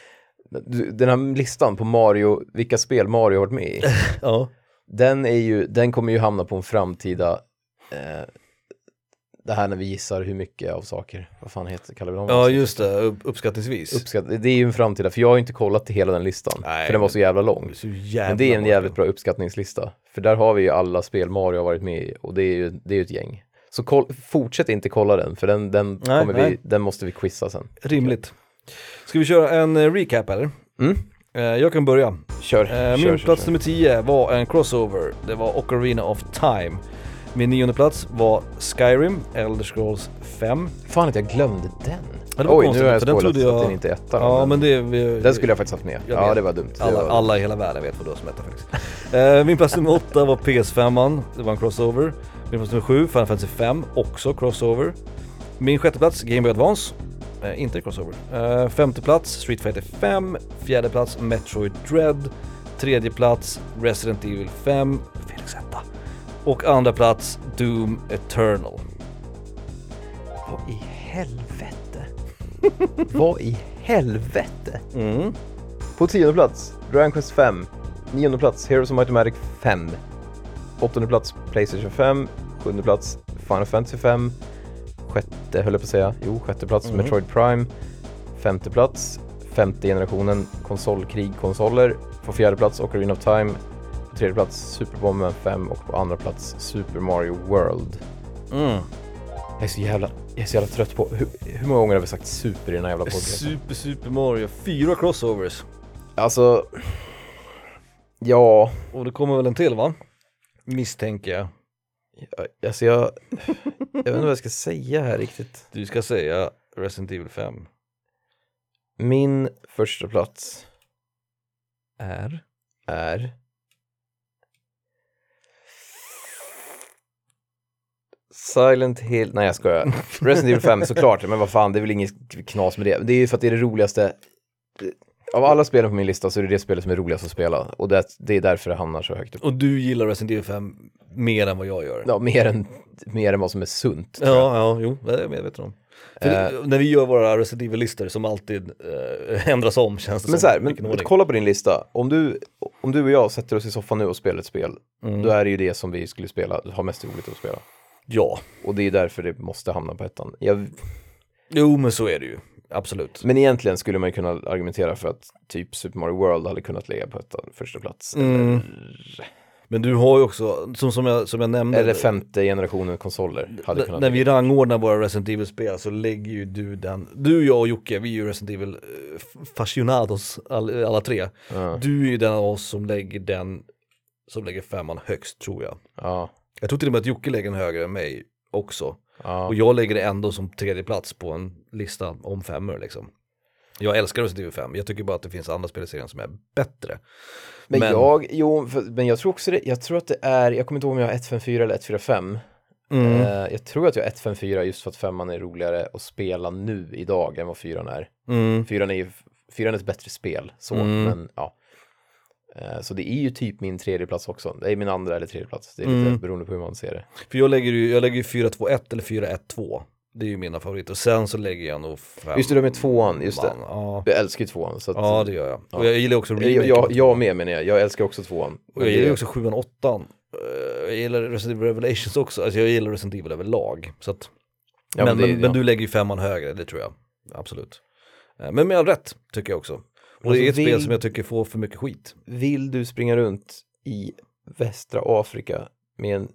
den här listan på Mario, vilka spel Mario har varit med i. Ja. Den, är ju, den kommer ju hamna på en framtida... Eh, det här när vi gissar hur mycket av saker, vad fan heter, kallar vi dem? Ja, just det, upp, uppskattningsvis. Uppskatt, det är ju en framtida, för jag har ju inte kollat till hela den listan. Nej, för den var så jävla lång. Så jävla men det är en jävligt lång. bra uppskattningslista. För där har vi ju alla spel Mario har varit med i, och det är ju, det är ju ett gäng. Så koll, fortsätt inte kolla den, för den, den, nej, kommer nej. Vi, den måste vi quizza sen. Rimligt. Ska vi köra en uh, recap eller? Mm. Uh, jag kan börja. Kör. Uh, min kör, plats kör, nummer tio var en crossover. Det var Ocarina of Time. Min nionde plats var Skyrim, Elder Scrolls fem. Fan att jag glömde den. Ja, Oj, konstigt, nu har jag den trodde jag... att den inte är etta. Ja, men... men det... Vi... Den skulle jag faktiskt haft med. Ja, vet. Det var dumt. Det alla, var... alla i hela världen vet vad du har som etta faktiskt. uh, min plats nummer åtta var P S fem. Det var en crossover. Min plats nummer sju, Final Fantasy fem, också crossover. Min sjätte plats, Game Boy Advance. Uh, inte crossover. Uh, femte plats, Street Fighter fem. Fjärde plats, Metroid Dread. Tredje plats, Resident Evil fem. Felix etta. Och andra plats, Doom Eternal. Vad i helvete? Vad i helvete? Mm. På tionde plats, Dragon Quest fem. Nionde plats, Heroes of Might and Magic fem. Åttonde plats, Playstation fem. Sjunde plats, Final Fantasy fem. Sjätte, höll jag på att säga. Jo, sjätte plats, mm. Metroid Prime. Femte plats, femte generationen konsolkrig-konsoler. På fjärde plats, Ocarina of Time. På tredje plats, Super Bomberman fem. Och på andra plats, Super Mario World. Mm. Jag är så jävla, jag är så jävla trött på... Hur, hur många gånger har vi sagt super i den här jävla podcasten? Super, Super Mario. Fyra crossovers. Alltså... Ja... Och det kommer väl en till, va? Misstänker jag. Ja, alltså jag... jag vet inte vad jag ska säga här riktigt. Du ska säga Resident Evil fem. Min första plats... Är? Är... Silent Hill... Nej, jag skojar. Resident Evil fem såklart, men vad fan, det är väl inget knas med det. Det är ju för att det är det roligaste... Av alla spelen på min lista så är det det spelet som är roligast att spela. Och det, det är därför det hamnar så högt upp. Och du gillar Resident Evil fem mer än vad jag gör? Ja, mer än, mer än vad som är sunt. Ja, ja, jo, det är jag medveten om. För uh, när vi gör våra Resident Evil-listor som alltid uh, ändras om, känns det men som. Så här, men men kolla på din lista. Om du, om du och jag sätter oss i soffan nu och spelar ett spel, mm. då är det ju det som vi skulle spela, ha mest roligt att spela. Ja. Och det är därför det måste hamna på ettan. Jag... Jo, men så är det ju. Absolut. Men egentligen skulle man kunna argumentera för att typ Super Mario World hade kunnat lägga på ettan, första plats. Mm. Eller... Men du har ju också, som, som, jag, som jag nämnde... Eller femte generationen konsoler. Hade n- när vi rangordnar våra Resident Evil-spel så lägger ju du den... Du, jag och Jocke, vi är ju Resident Evil uh, fascinados all, alla tre. Ja. Du är ju den av oss som lägger den, som lägger femman högst, tror jag. Ja. Jag tror till och med att Jocke lägger den högre än mig också. Ja. Och jag lägger det ändå som tredje plats på en lista om femmor liksom. Jag älskar Resident Evil fem. Jag tycker bara att det finns andra spel i serien som är bättre. Men, Men jag, jo, för, men jag tror också det, jag tror att det är, jag kommer inte ihåg om jag har ett fem fyra eller ett fyra fem. Mm. Uh, jag tror att jag har ett fem fyra just för att femman är roligare att spela nu idag än vad fyran är. Mm. Fyran är ju, fyran är ett bättre spel, så, Mm. men ja. Uh, så det är ju typ min tredje plats också. Det är min andra eller tredje plats. Det är lite Mm. beroende på hur man ser det. För jag lägger ju, jag lägger ju fyra två ett eller fyra ett två. Det är ju mina favoriter. Och sen så lägger jag nog fem. Just det, de är tvåan, just det. Man, ja. Jag älskar ju tvåan. Så att, Ja, det gör jag. Ja. Och jag gillar också jag, remaken jag, på jag med menar jag. Jag älskar också tvåan. Och jag gillar ju också sjuan och åttan. Uh, Jag gillar Resident Evil Revelations också. Alltså jag gillar Resident Evil överlag. Så att, Ja, men, men, det, men, ja. men du lägger ju femman högre, det tror jag. Absolut. Uh, Men med all rätt, tycker jag också. Och Alltså, det är ett vill- spel som jag tycker får för mycket skit. Vill du springa runt i västra Afrika med en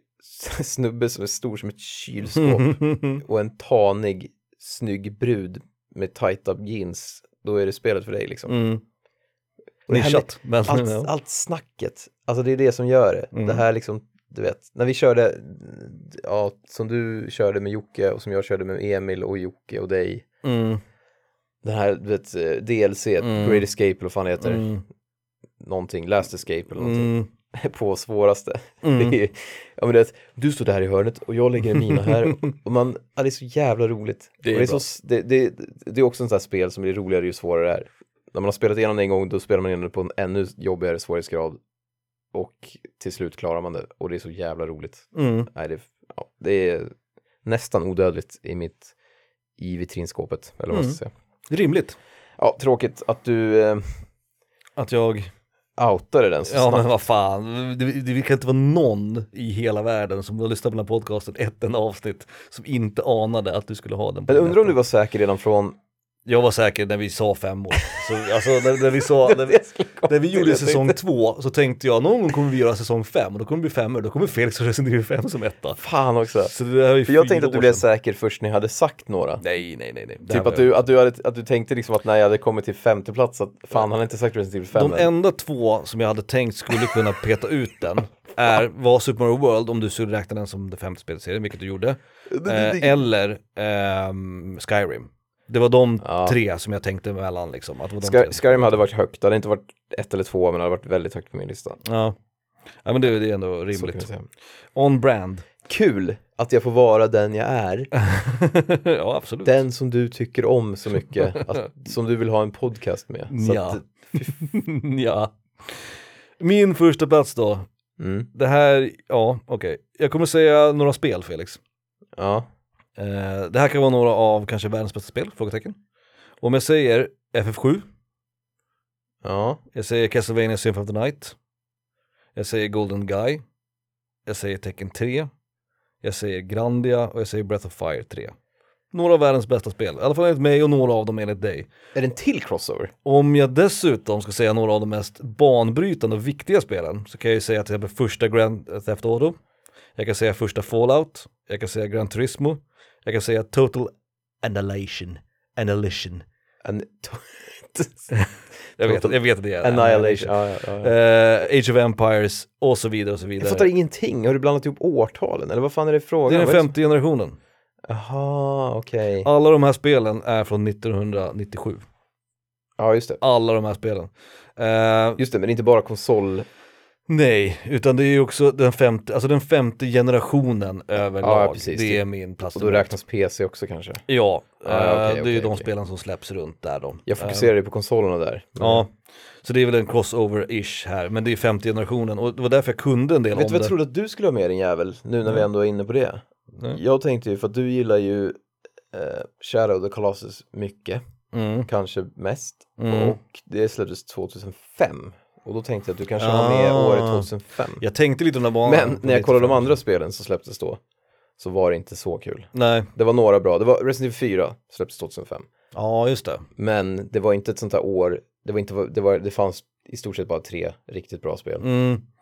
snubbe som är stor som ett kylskåp och en tanig, snygg brud med tajta jeans, då är det spelet för dig liksom. Mm. Och det här Nischat. med- Men, Allt, ja. allt snacket, alltså det är det som gör det. Mm. Det här liksom, du vet, när vi körde, ja, som du körde med Jocke och som jag körde med Emil och Jocke och dig. Mm. Den här, du vet, D L C, Mm. Great Escape eller vad fan det heter. Mm. Någonting, Last Escape eller någonting. Mm. På svåraste. Mm. Det är, ja, men det, du står där i hörnet och jag lägger en mina här. Och man, ja, det är så jävla roligt. Det är och det, är bra. så, det, det, det är också en sån här spel som blir roligare ju svårare det är. När man har spelat igenom det en gång, då spelar man igenom det på en ännu jobbigare svårighetsgrad. Och till slut klarar man det. Och det är så jävla roligt. Mm. Nej, det, ja, det är nästan odödligt i mitt i vitrinskåpet. Eller vad man ska säga. Rimligt. Ja, tråkigt att du eh, Att jag... outade den så Ja snabbt. men vad fan, det, det kan inte vara någon i hela världen som har lyssnat på den här podcasten ett enda avsnitt som inte anade att du skulle ha den på Men undrar om nätet. du var säker redan från... Jag var säker när vi sa fem år. Så, alltså när, när vi sa, när, vi- när vi gjorde säsong två så tänkte jag någon gång kommer vi göra säsong fem och då kommer det bli fem år, då kommer Felix och Resident Evil fem som etta. Fan också. Så det här är ju För jag fyra tänkte att du år blev sedan. säker först när jag hade sagt några. Nej, nej, nej, nej. Det här Typ var att du, att, du hade, att du tänkte liksom att när jag hade kommit till femte plats att fan, han hade inte sagt Resident Evil fem De än. enda två som jag hade tänkt skulle kunna peta ut den är, var Super Mario World, om du skulle räkna den som det femte spelet i serien, vilket du gjorde. Eh, eller ehm, Skyrim. Det var de Ja. tre som jag tänkte mellan liksom. Att det var de Sky, tre. Skyrim hade varit högt, det hade inte varit ett eller två, men det hade varit väldigt högt på min lista. Ja. Ja men det, det är ändå Så kan jag rimligt. säga. On brand. Kul att jag får vara den jag är. Ja absolut. Den som du tycker om så mycket. Att, som du vill ha en podcast med. Så Ja. att, Ja. Min första plats då. mm, Det här, ja okej. Jag kommer säga några spel, Felix. ja. Eh, det här kan vara några av kanske världens bästa spel, frågetecken. Om jag säger F F sju, Ja. jag säger Castlevania Symphony of the Night, jag säger Golden Guy, jag säger Tekken tre, jag säger Grandia och jag säger Breath of Fire tre. Några av världens bästa spel, i alla fall enligt mig och några av dem enligt dig. Är det en till crossover? Om jag dessutom ska säga några av de mest banbrytande och viktiga spelen så kan jag ju säga till exempel första Grand Theft Auto, jag kan säga första Fallout, jag kan säga Gran Turismo, jag kan säga Total Annihilation, Annihilation. En, Jag vet, jag vet att det är Annihilation. Ja, ja, ja, ja. Eh, Age of Empires och så vidare och så Jag vidare. fattar ingenting. Har du blandat ihop årtalen? Eller vad fan är det frågan? Det är den Vad det femte generationen. som- Jaha, okej. Alla de här spelen är från nittonhundranittiosju. Ja, just det. Alla de här spelen. Eh, Just det, men inte bara konsol. nej, utan det är ju också den femte, alltså den femte generationen överlag. Ja, precis. Det är min plats. Och då räknas P C också kanske. Ja, Ja, ja, okej, eh, det är ju okej, de okej. spelen som släpps runt där då. Jag fokuserar ju på konsolerna där. Men- Ja, så det är väl en crossover-ish här, men det är femte generationen och det var därför jag kunde en del Vet om du vad jag det. trodde att du skulle ha med din jävel, nu när vi Nej. ändå är inne på det? Nej. Jag tänkte ju, för att du gillar ju eh, Shadow the Colossus mycket, Mm. kanske mest. Mm. Och det släpptes tjugohundrafem. Och då tänkte jag att du kanske har med Ah. året tjugohundrafem. Jag tänkte lite om den banan. Men när jag kollade de andra spelen som släpptes då, så var det inte så kul. Nej, Det var några bra, det var Resident Evil fyra släpptes tjugohundrafem. ja just det. Men det var inte ett sånt här år, det var inte, det var, det fanns i stort sett bara tre riktigt bra spel. Mm.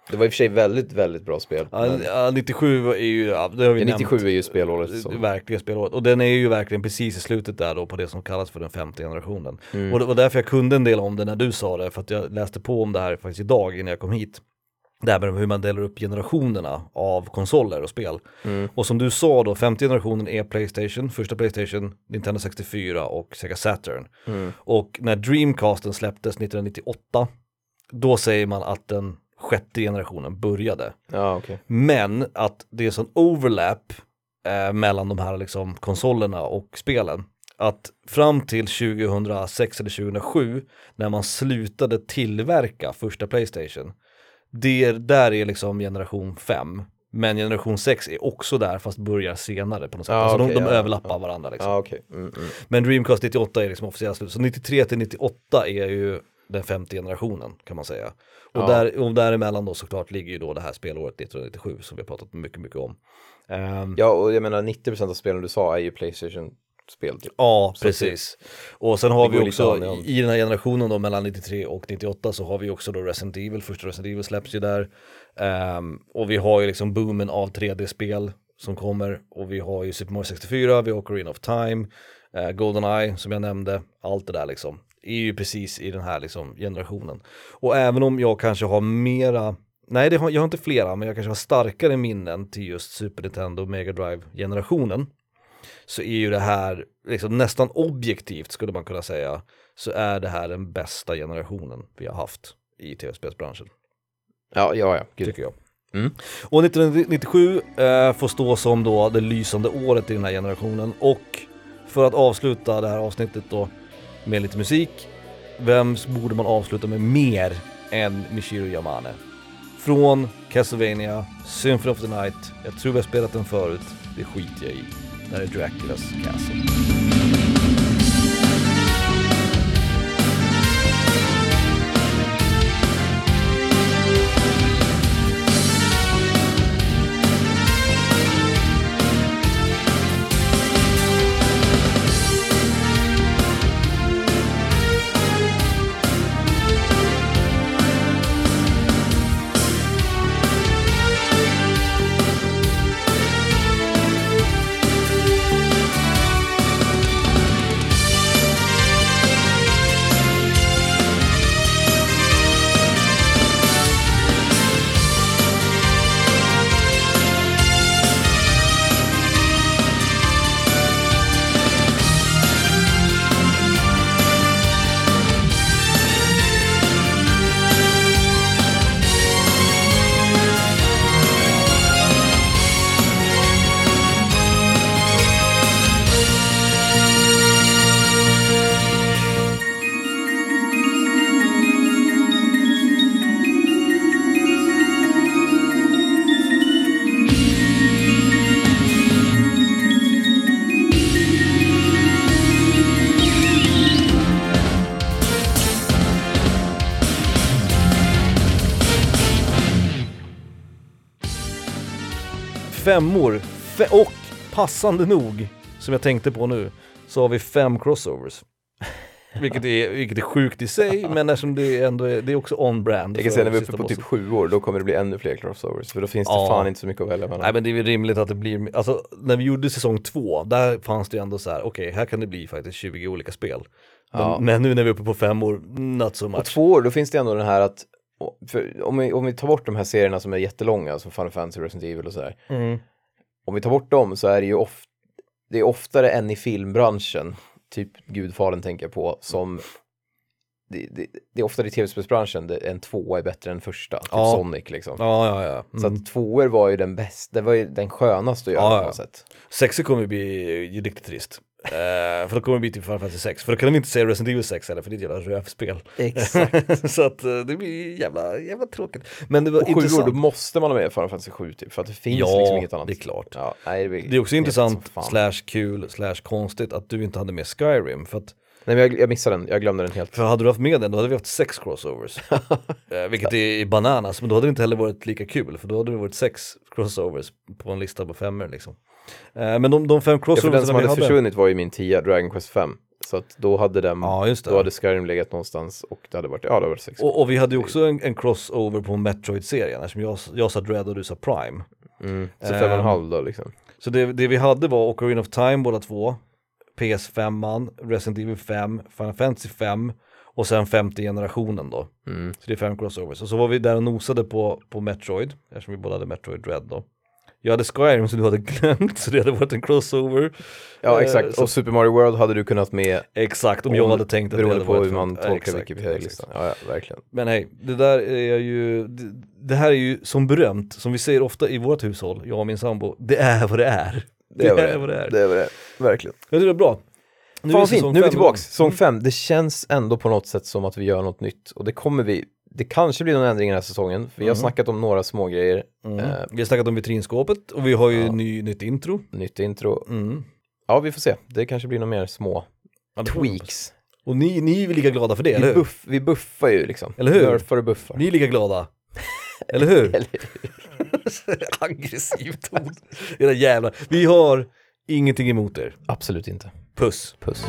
Det var i och för sig väldigt, väldigt bra spel. Ja, men... ja, nittiosju är ju... Ja, det har vi ja, nittiosju är ju spelåret. Så. Verkligen spelåret. Och den är ju verkligen precis i slutet där då på det som kallas för den femte generationen. Mm. Och det var därför jag kunde en del om det när du sa det. För att jag läste på om det här faktiskt idag innan jag kom hit. Det här med hur man delar upp generationerna av konsoler och spel. Mm. Och som du sa då, femte generationen är PlayStation, första PlayStation, Nintendo sextiofyra och Sega Saturn. Mm. Och när Dreamcasten släpptes nittonhundranittioåtta, då säger man att den sjätte generationen började. Ja, okay. Men att det är sån overlap eh, mellan de här liksom konsolerna och spelen. Att fram till tjugohundrasex eller tjugohundrasju, när man slutade tillverka första PlayStation, det där är liksom generation fem. Men generation sex är också där fast börjar senare på något sätt. Ah, alltså okay, de, de ja, överlappar ja. varandra liksom. Ah, okay. mm, mm. Men Dreamcast nittioåtta är liksom officiellt slut. Så nittiotre till nittioåtta är ju den femte generationen kan man säga. Och, ja. där, och däremellan då såklart ligger ju då det här spelåret nittonhundranittiosju som vi har pratat mycket, mycket om. Um, ja, och jag menar nittio procent av spelen du sa är ju PlayStation spel typ. Ja, precis. Och sen har vi också i den här generationen då mellan nittiotre och nittioåtta så har vi också då Resident Evil, första Resident Evil släpps ju där. Um, och vi har ju liksom boomen av tre D-spel som kommer och vi har ju Super Mario sextiofyra, vi har Ocarina of Time, uh, GoldenEye som jag nämnde, allt det där liksom är ju precis i den här liksom generationen. Och även om jag kanske har mera, nej det har, jag har inte flera, men jag kanske har starkare minnen till just Super Nintendo och Mega Drive-generationen, så är ju det här liksom nästan objektivt skulle man kunna säga, så är det här den bästa generationen vi har haft i tv-spelsbranschen. Ja, ja, ja. Gud. Tycker jag. Mm. Och nittonhundranittiosju eh, får stå som då det lysande året i den här generationen. Och för att avsluta det här avsnittet då med lite musik, vem borde man avsluta med mer än Michiru Yamane? Från Castlevania, Symphony of the Night, jag tror vi har spelat den förut, det skiter jag i. Det här är Dracula's Castle. Femmor, fe- och passande nog, som jag tänkte på nu, så har vi fem crossovers. Vilket är, vilket är sjukt i sig, men eftersom det är ändå är, det är också on-brand. Jag kan säga när vi är uppe på typ sju år, då kommer det bli ännu fler crossovers, för då finns det ja. fan inte så mycket att välja mellan. Nej, men det är väl rimligt att det blir, alltså när vi gjorde säsong två, där fanns det ändå så här, okej, okay, här kan det bli faktiskt tjugo olika spel. Men, ja. men nu när vi är uppe på fem år, not so much. Och två år, då finns det ändå den här att för om, vi, om vi tar bort de här serierna som är jättelånga, som Final Fantasy, Resident Evil och sådär. Mm. Om vi tar bort dem så är det ju of, det är oftare än i filmbranschen, typ Gudfadern tänker jag på, som det, det, det är oftare i tv-spelsbranschen en tvåa är bättre än första, typ ja. Sonic liksom. Ja, ja, ja. Mm. Så att tvåor var ju den bästa, det var ju den skönaste att göra ja, på något ja. sätt. Sexer kommer ju bli riktigt trist. Uh, för då kommer det bli typ Final Fantasy sex. För då kan de inte säga Resident Evil sex eller, för det är ett jävla rövspel. Exakt. Så att uh, det blir jävla, jävla tråkigt. Men det var och intressant. Sju år, då måste man ha med Final Fantasy sju typ, för att det finns ja, liksom inget annat. det är klart. Ja, nej, det, blir, det är också intressant, slash kul, slash konstigt att du inte hade med Skyrim. För att nej, men jag, jag missade den, jag glömde den helt. För hade du haft med den, då hade vi haft sex crossovers. uh, vilket är bananas, men då hade det inte heller varit lika kul. För då hade det varit sex crossovers på en lista på femmer liksom. Uh, men de, de fem crossovers ja, för den som hade, hade försvunnit var ju min tia, Dragon Quest fem. Så att då hade den, ja, just det. Då hade Skyrim legat någonstans och det hade varit, ja det hade varit sex. Och, och vi hade ju också en, en crossover på Metroid-serien, eftersom jag, jag sa Dread och du sa Prime. Mm, så fem och en halv då liksom. Så det, det vi hade var Ocarina of Time båda två, P S fem, Resident Evil fem, Final Fantasy fem och sen femte generationen då. Mm. Så det är fem crossovers. Och så var vi där och nosade på, på Metroid, eftersom vi båda hade Metroid Dread då. Jag hade Skyrim som du hade glömt, så det hade varit en crossover. Ja, exakt. Eh, så... Och Super Mario World hade du kunnat med. Exakt, om, om jag hade tänkt att det hade på varit hur man från... tolkar Wikipedia-listan. Ja, ja, verkligen. Men hej, det där är ju, det, det här är ju som berömt, som vi säger ofta i vårt hushåll, jag och min sambo, det är vad det är. Det är vad det är. Vad det är. Det är, vad det är. Verkligen. Jag tycker det är bra. Nu Fan är fint, nu är vi tillbaka. Säsong fem, det känns ändå på något sätt som att vi gör något nytt. Och det kommer vi, det kanske blir någon ändring i den här säsongen. För vi har mm. snackat om några små grejer. Mm. Uh, vi har snackat om vitrinskåpet och vi har ju ja. ny, nytt intro. Nytt intro. Mm. Ja, vi får se. Det kanske blir några mer små ja, tweaks. Och ni, ni är väl lika glada för det, vi eller hur? Buff, vi buffar ju liksom. Eller hur? Nerfar och buffar. Ni är lika glada. Eller hur? Eller hur? Aggressiv ton. Era jävlar. Vi har ingenting emot er. Absolut inte. Puss. Puss.